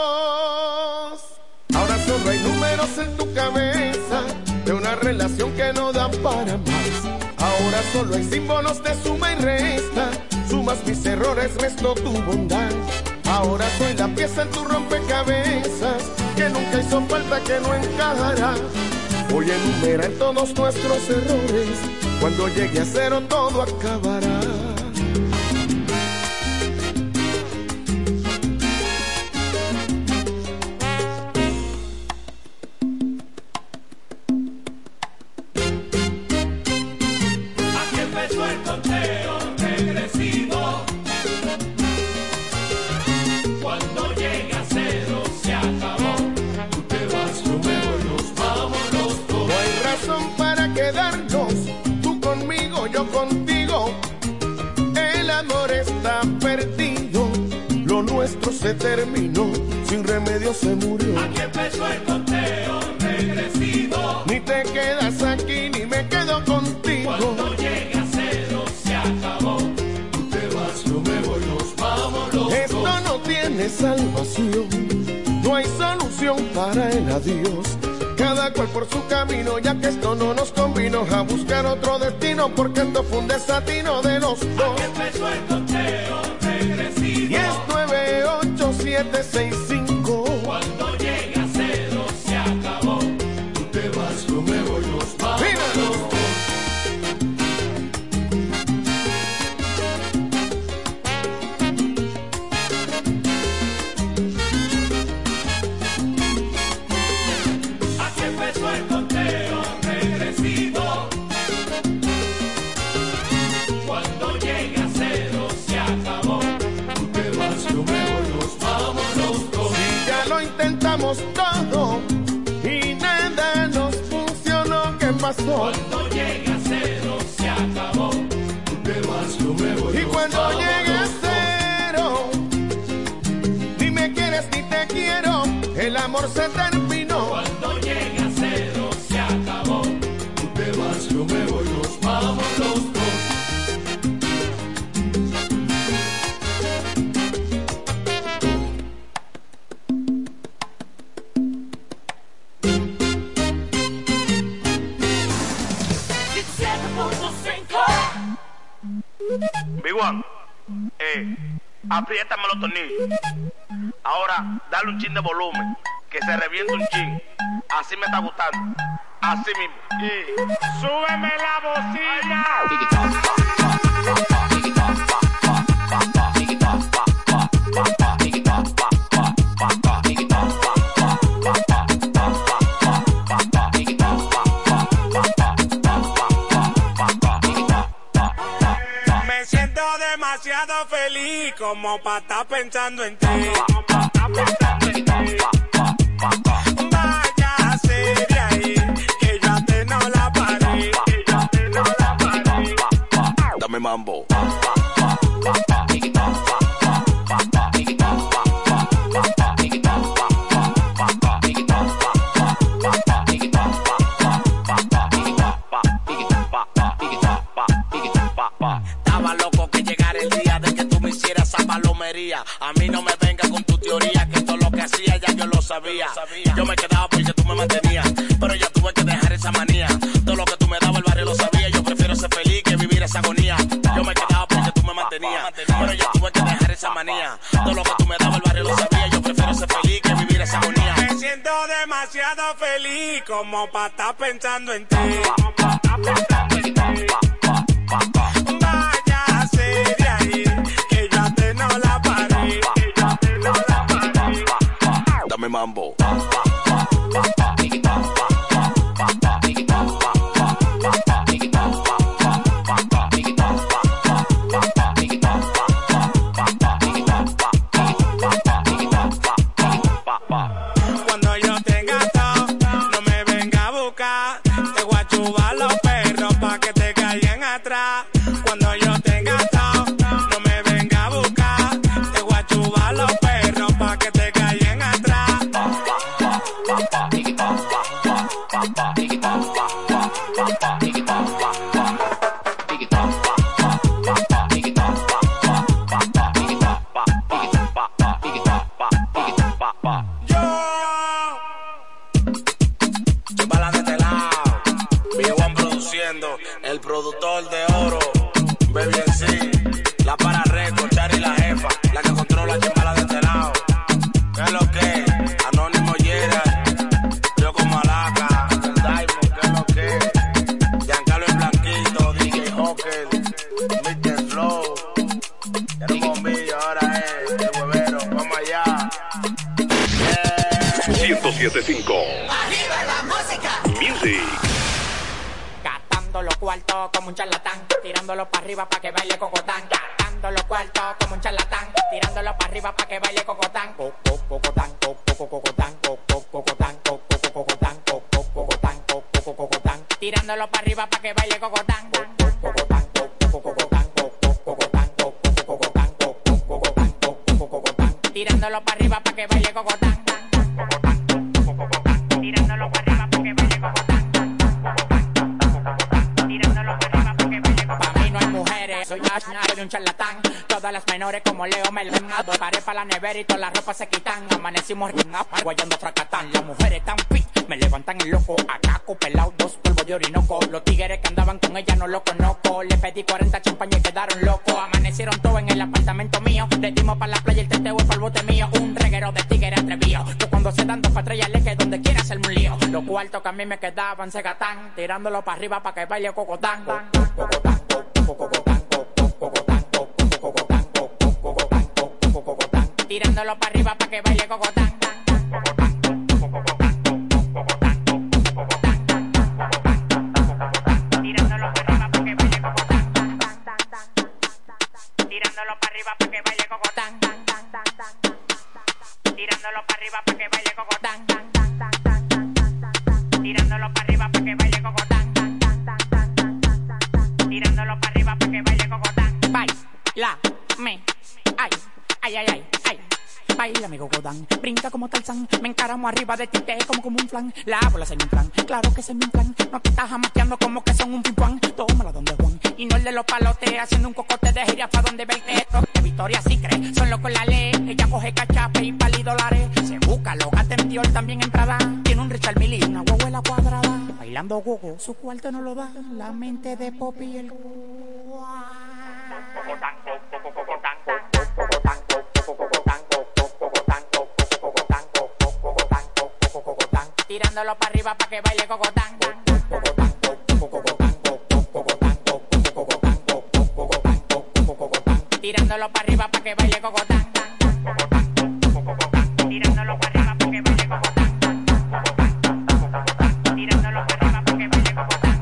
Ahora solo hay números en tu cabeza de una relación que no da para más. Ahora solo hay símbolos de suma y resta. Sumas mis errores, resto tu bondad. Ahora soy la pieza en tu rompecabezas que nunca hizo falta, que no encajará. Voy a enumerar todos nuestros errores. Cuando llegue a cero todo acabará. Se terminó, sin remedio se murió. Aquí empezó el conteo regresivo. Ni te quedas aquí, ni me quedo contigo. Cuando llegue a cero se acabó. Tú te vas, yo me voy, nos vamos los dos. Esto no tiene salvación, no hay solución para el adiós. Cada cual por su camino, ya que esto no nos convino. A buscar otro destino, porque esto fue un desatino de los dos. Aquí empezó el conteo regresivo. diez, nueve, ocho, siete siete seis cinco. Cuando llegue a cero se acabó. Tú te vas, yo me voy, nos vamos los dos. Aquí empezó el conteo regresivo. Cuando llegue a cero se acabó. Tú te vas, yo me voy, nos vamos los dos. Si ya lo intentamos todo y nada nos funcionó, ¿qué pasó? Cuando llegue a cero se acabó. Tú te vas, yo me voy. Y cuando llegue a cero, ni me quieres ni te quiero, el amor se terminó. Cuando llegue a cero se acabó. Tú te vas, yo me voy, nos vamos los dos. Big One, eh, apriétame los tornillos. Ahora, dale un chin de volumen, que se reviente un chin. Así me está gustando. Así mismo. Y súbeme la bocina. Me siento demasiado feliz como para estar pensando en ti. Váyase de ahí, que yo a ti no la paré, que yo a ti no la paré. Dame mambo. Estaba loco que llegara el día de que tú me hicieras esa palomería. A mí no me venga con tu teoría, que todo lo que hacía ya yo lo sabía. Yo me quedaba porque tú me mantenías, pero ya tuve que dejar esa manía. Todo lo que tú me dabas el barrio lo sabía. Yo prefiero ser feliz que vivir esa agonía. Yo me quedaba porque tú me mantenías, pero ya tuve que dejar esa manía. Todo lo que tú me dabas el barrio lo sabía. Yo prefiero ser feliz que vivir esa agonía. Me siento demasiado feliz como para estar pensando en ti. Váyase de ahí, que yo a ti no la paré, que yo a ti no la paré. Dame mambo. Cuando yo tenga todo, no me venga a buscar. Te voy a chubar los perros pa' que te caigan atrás. Cuando yo tenga todo, no me venga a buscar. Te voy a chubar los perros pa' que te caigan atrás. Chupala de este lado. Big One produciendo. El productor de oro. Baby en sí. La para récord, Chari la jefa. La que controla Chimbala de este lado. ¿Qué es lo que? Anónimo Yera. Yo como Alaca. El Diamond, ¿qué es lo que? Giancarlo el Blanquito. D J Hawker. mister Flow. Ya no bombillo, ahora es el huevero. Vamos allá. ciento siete punto cinco. ¡Arriba la música! Music. Gastando los cuartos como un charlatán, tirándolo para arriba pa' que baile cocotán. Gastando los cuartos como un charlatán, tirándolo para arriba pa' que baile cocotán. Coco, cocotán, coco, cocotán, coco, cocotán, coco, cocotán, coco, cocotán, coco, cocotán. Tirándolo para arriba pa' que baile cocotán. Cocotán, coco, cocotán, coco, cocotán, coco, cocotán, coco, cocotán, coco, cocotán. Tirándolo para arriba pa' que baile cocotán. Tirándolo para arriba pa' que baile cocotán. Tirándolo para arriba pa' que baile cocotán. Pa' mí no hay mujeres, soy soy un charlatán. Todas las menores como Leo me lo paré pa' la nevera y todas las ropas se quitan. Amanecimos guayando fracatán. Las mujeres tan fit, me levantan el loco. Acá pelado, dos polvos de Orinoco. Los tigres que andaban con ella no lo conozco. Le pedí cuarenta champañas y quedaron locos. Amanecieron todos en el apartamento mío. Le dimos para la playa, el teteo es para el bote mío. Un reguero de tigres atrevido. Que cuando se dan dos patrullas le que donde quiera hacerme un lío. Los cuartos que a mí me quedaban se gatán, tirándolo para arriba para que baile cocotán. Cocotán, cocotán, cocotán, cocotán, cocotán. Tirándolo para arriba para que baile cocotán. Tirándolo para arriba para que baile cocotán. Tirándolo para arriba para que baile cocotán. Tirándolo para arriba para que baile cocotán. Tirándolo para arriba para que baile cocotán. Tirándolo para arriba para que baile cocotán. Baila, me, ay, ay, ay, ay, ay. Baila mi cocotán, brinca como Tarzán. Me encaramo arriba de ti, te como como un flan. La bola se me inflan, claro que se me inflan. No te estás jamaqueando como que son un ping-pong. Tómala donde Juan, y no el de los palotes. Haciendo un cocote de jirafa donde ve esto. De Victoria sí cree, son locos la ley. Ella coge cachape y pali dólares. Se busca, lo gata en Dior también en Prada. Tiene un Richard Mille y una huevuela cuadrada. Bailando gogo, su cuarto no lo da. La mente de Poppy y el cocotán, cocotán, cocotán, cocotán. Tirándolo para arriba para que baile cocotán. Tirándolo para arriba para que baile cocotán. Tirándolo para arriba para que baile cocotán. Tirándolo para arriba para que baile cocotán.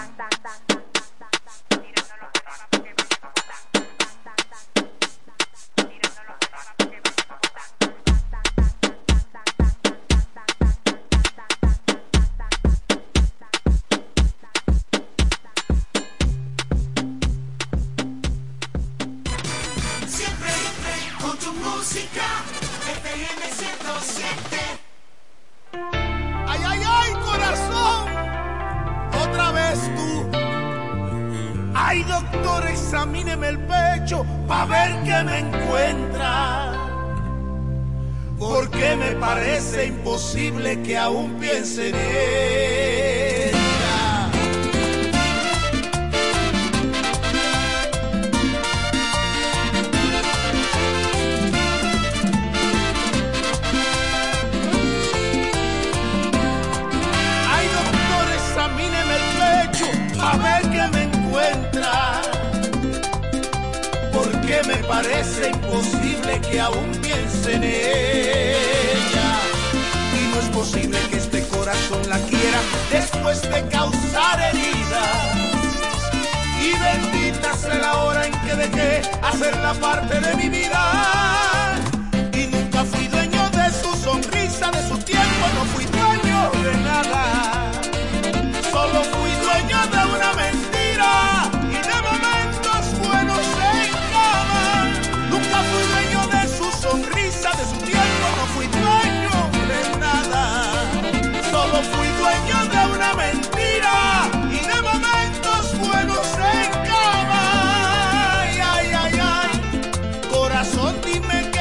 Ay, ay, ay, corazón, otra vez tú. Ay, doctor, examíneme el pecho pa' ver qué me encuentra. Porque me parece imposible que aún piense en ella. A ver qué me encuentra, porque me parece imposible que aún piense en ella. Y no es posible que este corazón la quiera después de causar heridas. Y bendita sea la hora en que dejé hacerla parte de mi vida. Y nunca fui dueño de su sonrisa, de su tiempo, no fui dueño de nada. Solo fui dueño de una mentira y de momentos buenos en cama. Nunca fui dueño de su sonrisa, de su tiempo, no fui dueño de nada. Solo fui dueño de una mentira y de momentos buenos en cama. Ay, ay, ay, ay, corazón, dime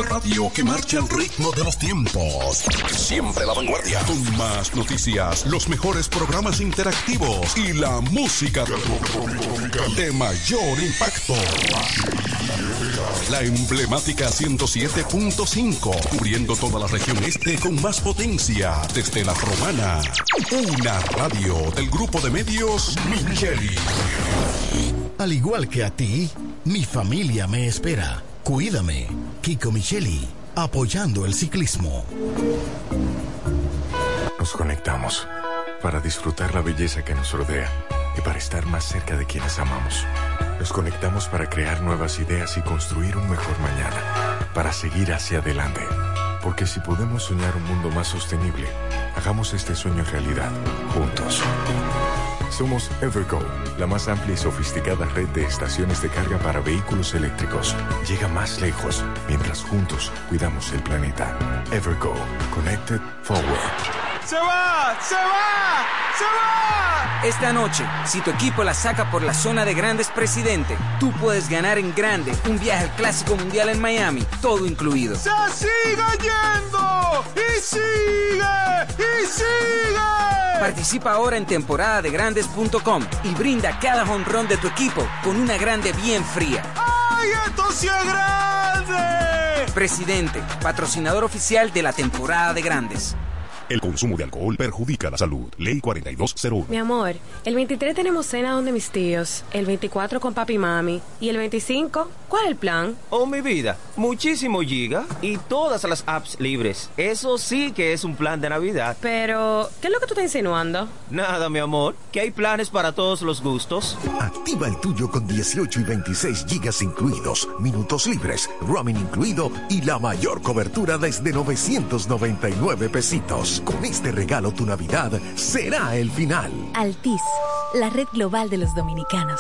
única radio que marcha al ritmo de los tiempos. Siempre a la vanguardia. Con más noticias, los mejores programas interactivos y la música de mayor impacto. La emblemática ciento siete punto cinco, cubriendo toda la región este con más potencia desde La Romana. Una radio del grupo de medios Micheli. Al igual que a ti, mi familia me espera. Cuídame, Kiko Micheli, apoyando el ciclismo. Nos conectamos para disfrutar la belleza que nos rodea y para estar más cerca de quienes amamos. Nos conectamos para crear nuevas ideas y construir un mejor mañana, para seguir hacia adelante. Porque si podemos soñar un mundo más sostenible, hagamos este sueño realidad, juntos. Somos Evergo, la más amplia y sofisticada red de estaciones de carga para vehículos eléctricos. Llega más lejos, mientras juntos cuidamos el planeta. Evergo, Connected Forward. ¡Se va! ¡Se va! ¡Se va! Esta noche, si tu equipo la saca por la zona de grandes presidente, tú puedes ganar en grande un viaje al Clásico Mundial en Miami, todo incluido. ¡Se sigue yendo! ¡Y sigue! ¡Y sigue! Participa ahora en temporada de grandes punto com y brinda cada jonrón de tu equipo con una grande bien fría. ¡Ay, esto sí es grande! Presidente, patrocinador oficial de la temporada de grandes. El consumo de alcohol perjudica la salud. Ley cuarenta y dos cero uno. Mi amor, el veintitrés tenemos cena donde mis tíos, el veinticuatro con papi y mami, y el veinticinco, ¿cuál es el plan? Oh, mi vida, muchísimo giga y todas las apps libres. Eso sí que es un plan de Navidad. Pero, ¿qué es lo que tú estás insinuando? Nada, mi amor, que hay planes para todos los gustos. Activa el tuyo con dieciocho y veintiséis gigas incluidos, minutos libres, roaming incluido y la mayor cobertura desde novecientos noventa y nueve pesitos. Con este regalo tu Navidad será el final. Altis, la red global de los dominicanos.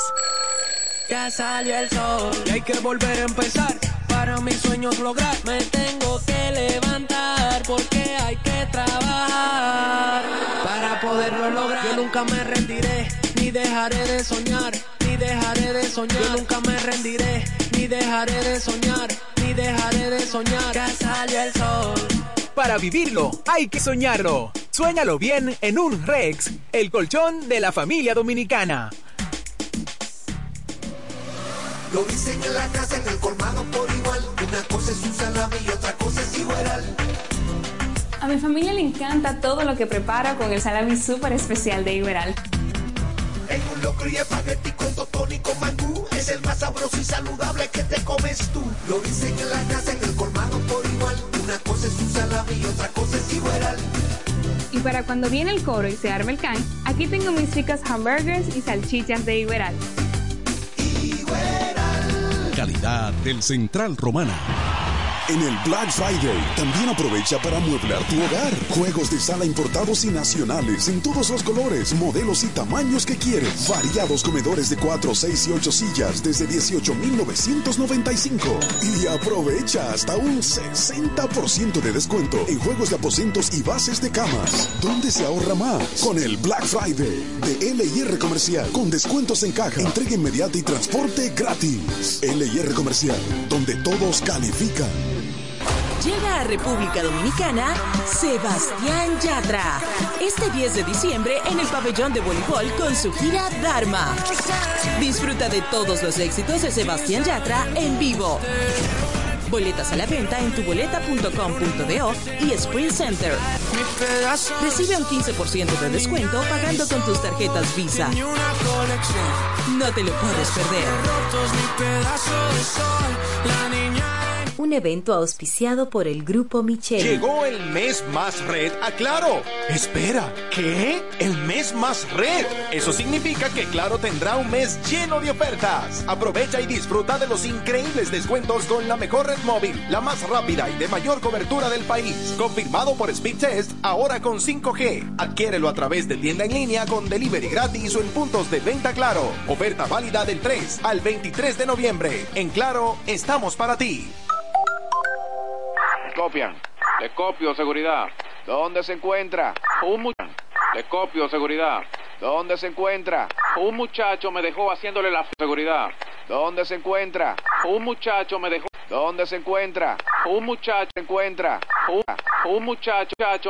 Ya salió el sol y hay que volver a empezar. Para mis sueños lograr me tengo que levantar porque hay que trabajar para poderlo lograr. Yo nunca me rendiré ni dejaré de soñar, ni dejaré de soñar. Yo nunca me rendiré ni dejaré de soñar, ni dejaré de soñar. Ya salió el sol. Para vivirlo, hay que soñarlo. Suéñalo bien en un Rex, el colchón de la familia dominicana. Lo dicen en la casa, en el colmado por igual. Una cosa es un salami y otra cosa es igual. A mi familia le encanta todo lo que preparo con el salami súper especial de Iberal. En un locro y espagueti con totón y con mangú. Es el más sabroso y saludable que te comes tú. Lo dicen en la casa, en el colmado por igual. Una cosa es un salami y otra cosa es igual. Y para cuando viene el coro y se arma el can, aquí tengo mis ricos hamburgers y salchichas de Iberal. Calidad del Central Romana. En el Black Friday también aprovecha para amueblar tu hogar. Juegos de sala importados y nacionales en todos los colores, modelos y tamaños que quieres. Variados comedores de cuatro, seis y ocho sillas desde dieciocho mil novecientos noventa y cinco. Y aprovecha hasta un sesenta por ciento de descuento en juegos de aposentos y bases de camas. ¿Dónde se ahorra más? Con el Black Friday de L y R Comercial. Con descuentos en caja, entrega inmediata y transporte gratis. L y R Comercial, donde todos califican. Llega a República Dominicana Sebastián Yatra. Este diez de diciembre en el pabellón de voleibol con su gira Dharma. Disfruta de todos los éxitos de Sebastián Yatra en vivo. Boletas a la venta en tuboleta punto com punto do y Sprint Center. Recibe un quince por ciento de descuento pagando con tus tarjetas Visa. No te lo puedes perder. Un evento auspiciado por el Grupo Micheli. Llegó el mes más red a Claro. Espera, ¿qué? ¿El mes más red? Eso significa que Claro tendrá un mes lleno de ofertas. Aprovecha y disfruta de los increíbles descuentos con la mejor red móvil, la más rápida y de mayor cobertura del país. Confirmado por Speed Test, ahora con cinco G. Adquiérelo a través de tienda en línea con delivery gratis o en puntos de venta Claro. Oferta válida del tres al veintitrés de noviembre. En Claro, estamos para ti. Copian. Le copio, seguridad. ¿Dónde se encuentra? Un muchacho. Le copio, seguridad. ¿Dónde se encuentra? Un muchacho me dejó haciéndole la seguridad. ¿Dónde se encuentra? Un muchacho me dejó. ¿Dónde se encuentra? Un muchacho se encuentra. Un, un muchacho, muchacho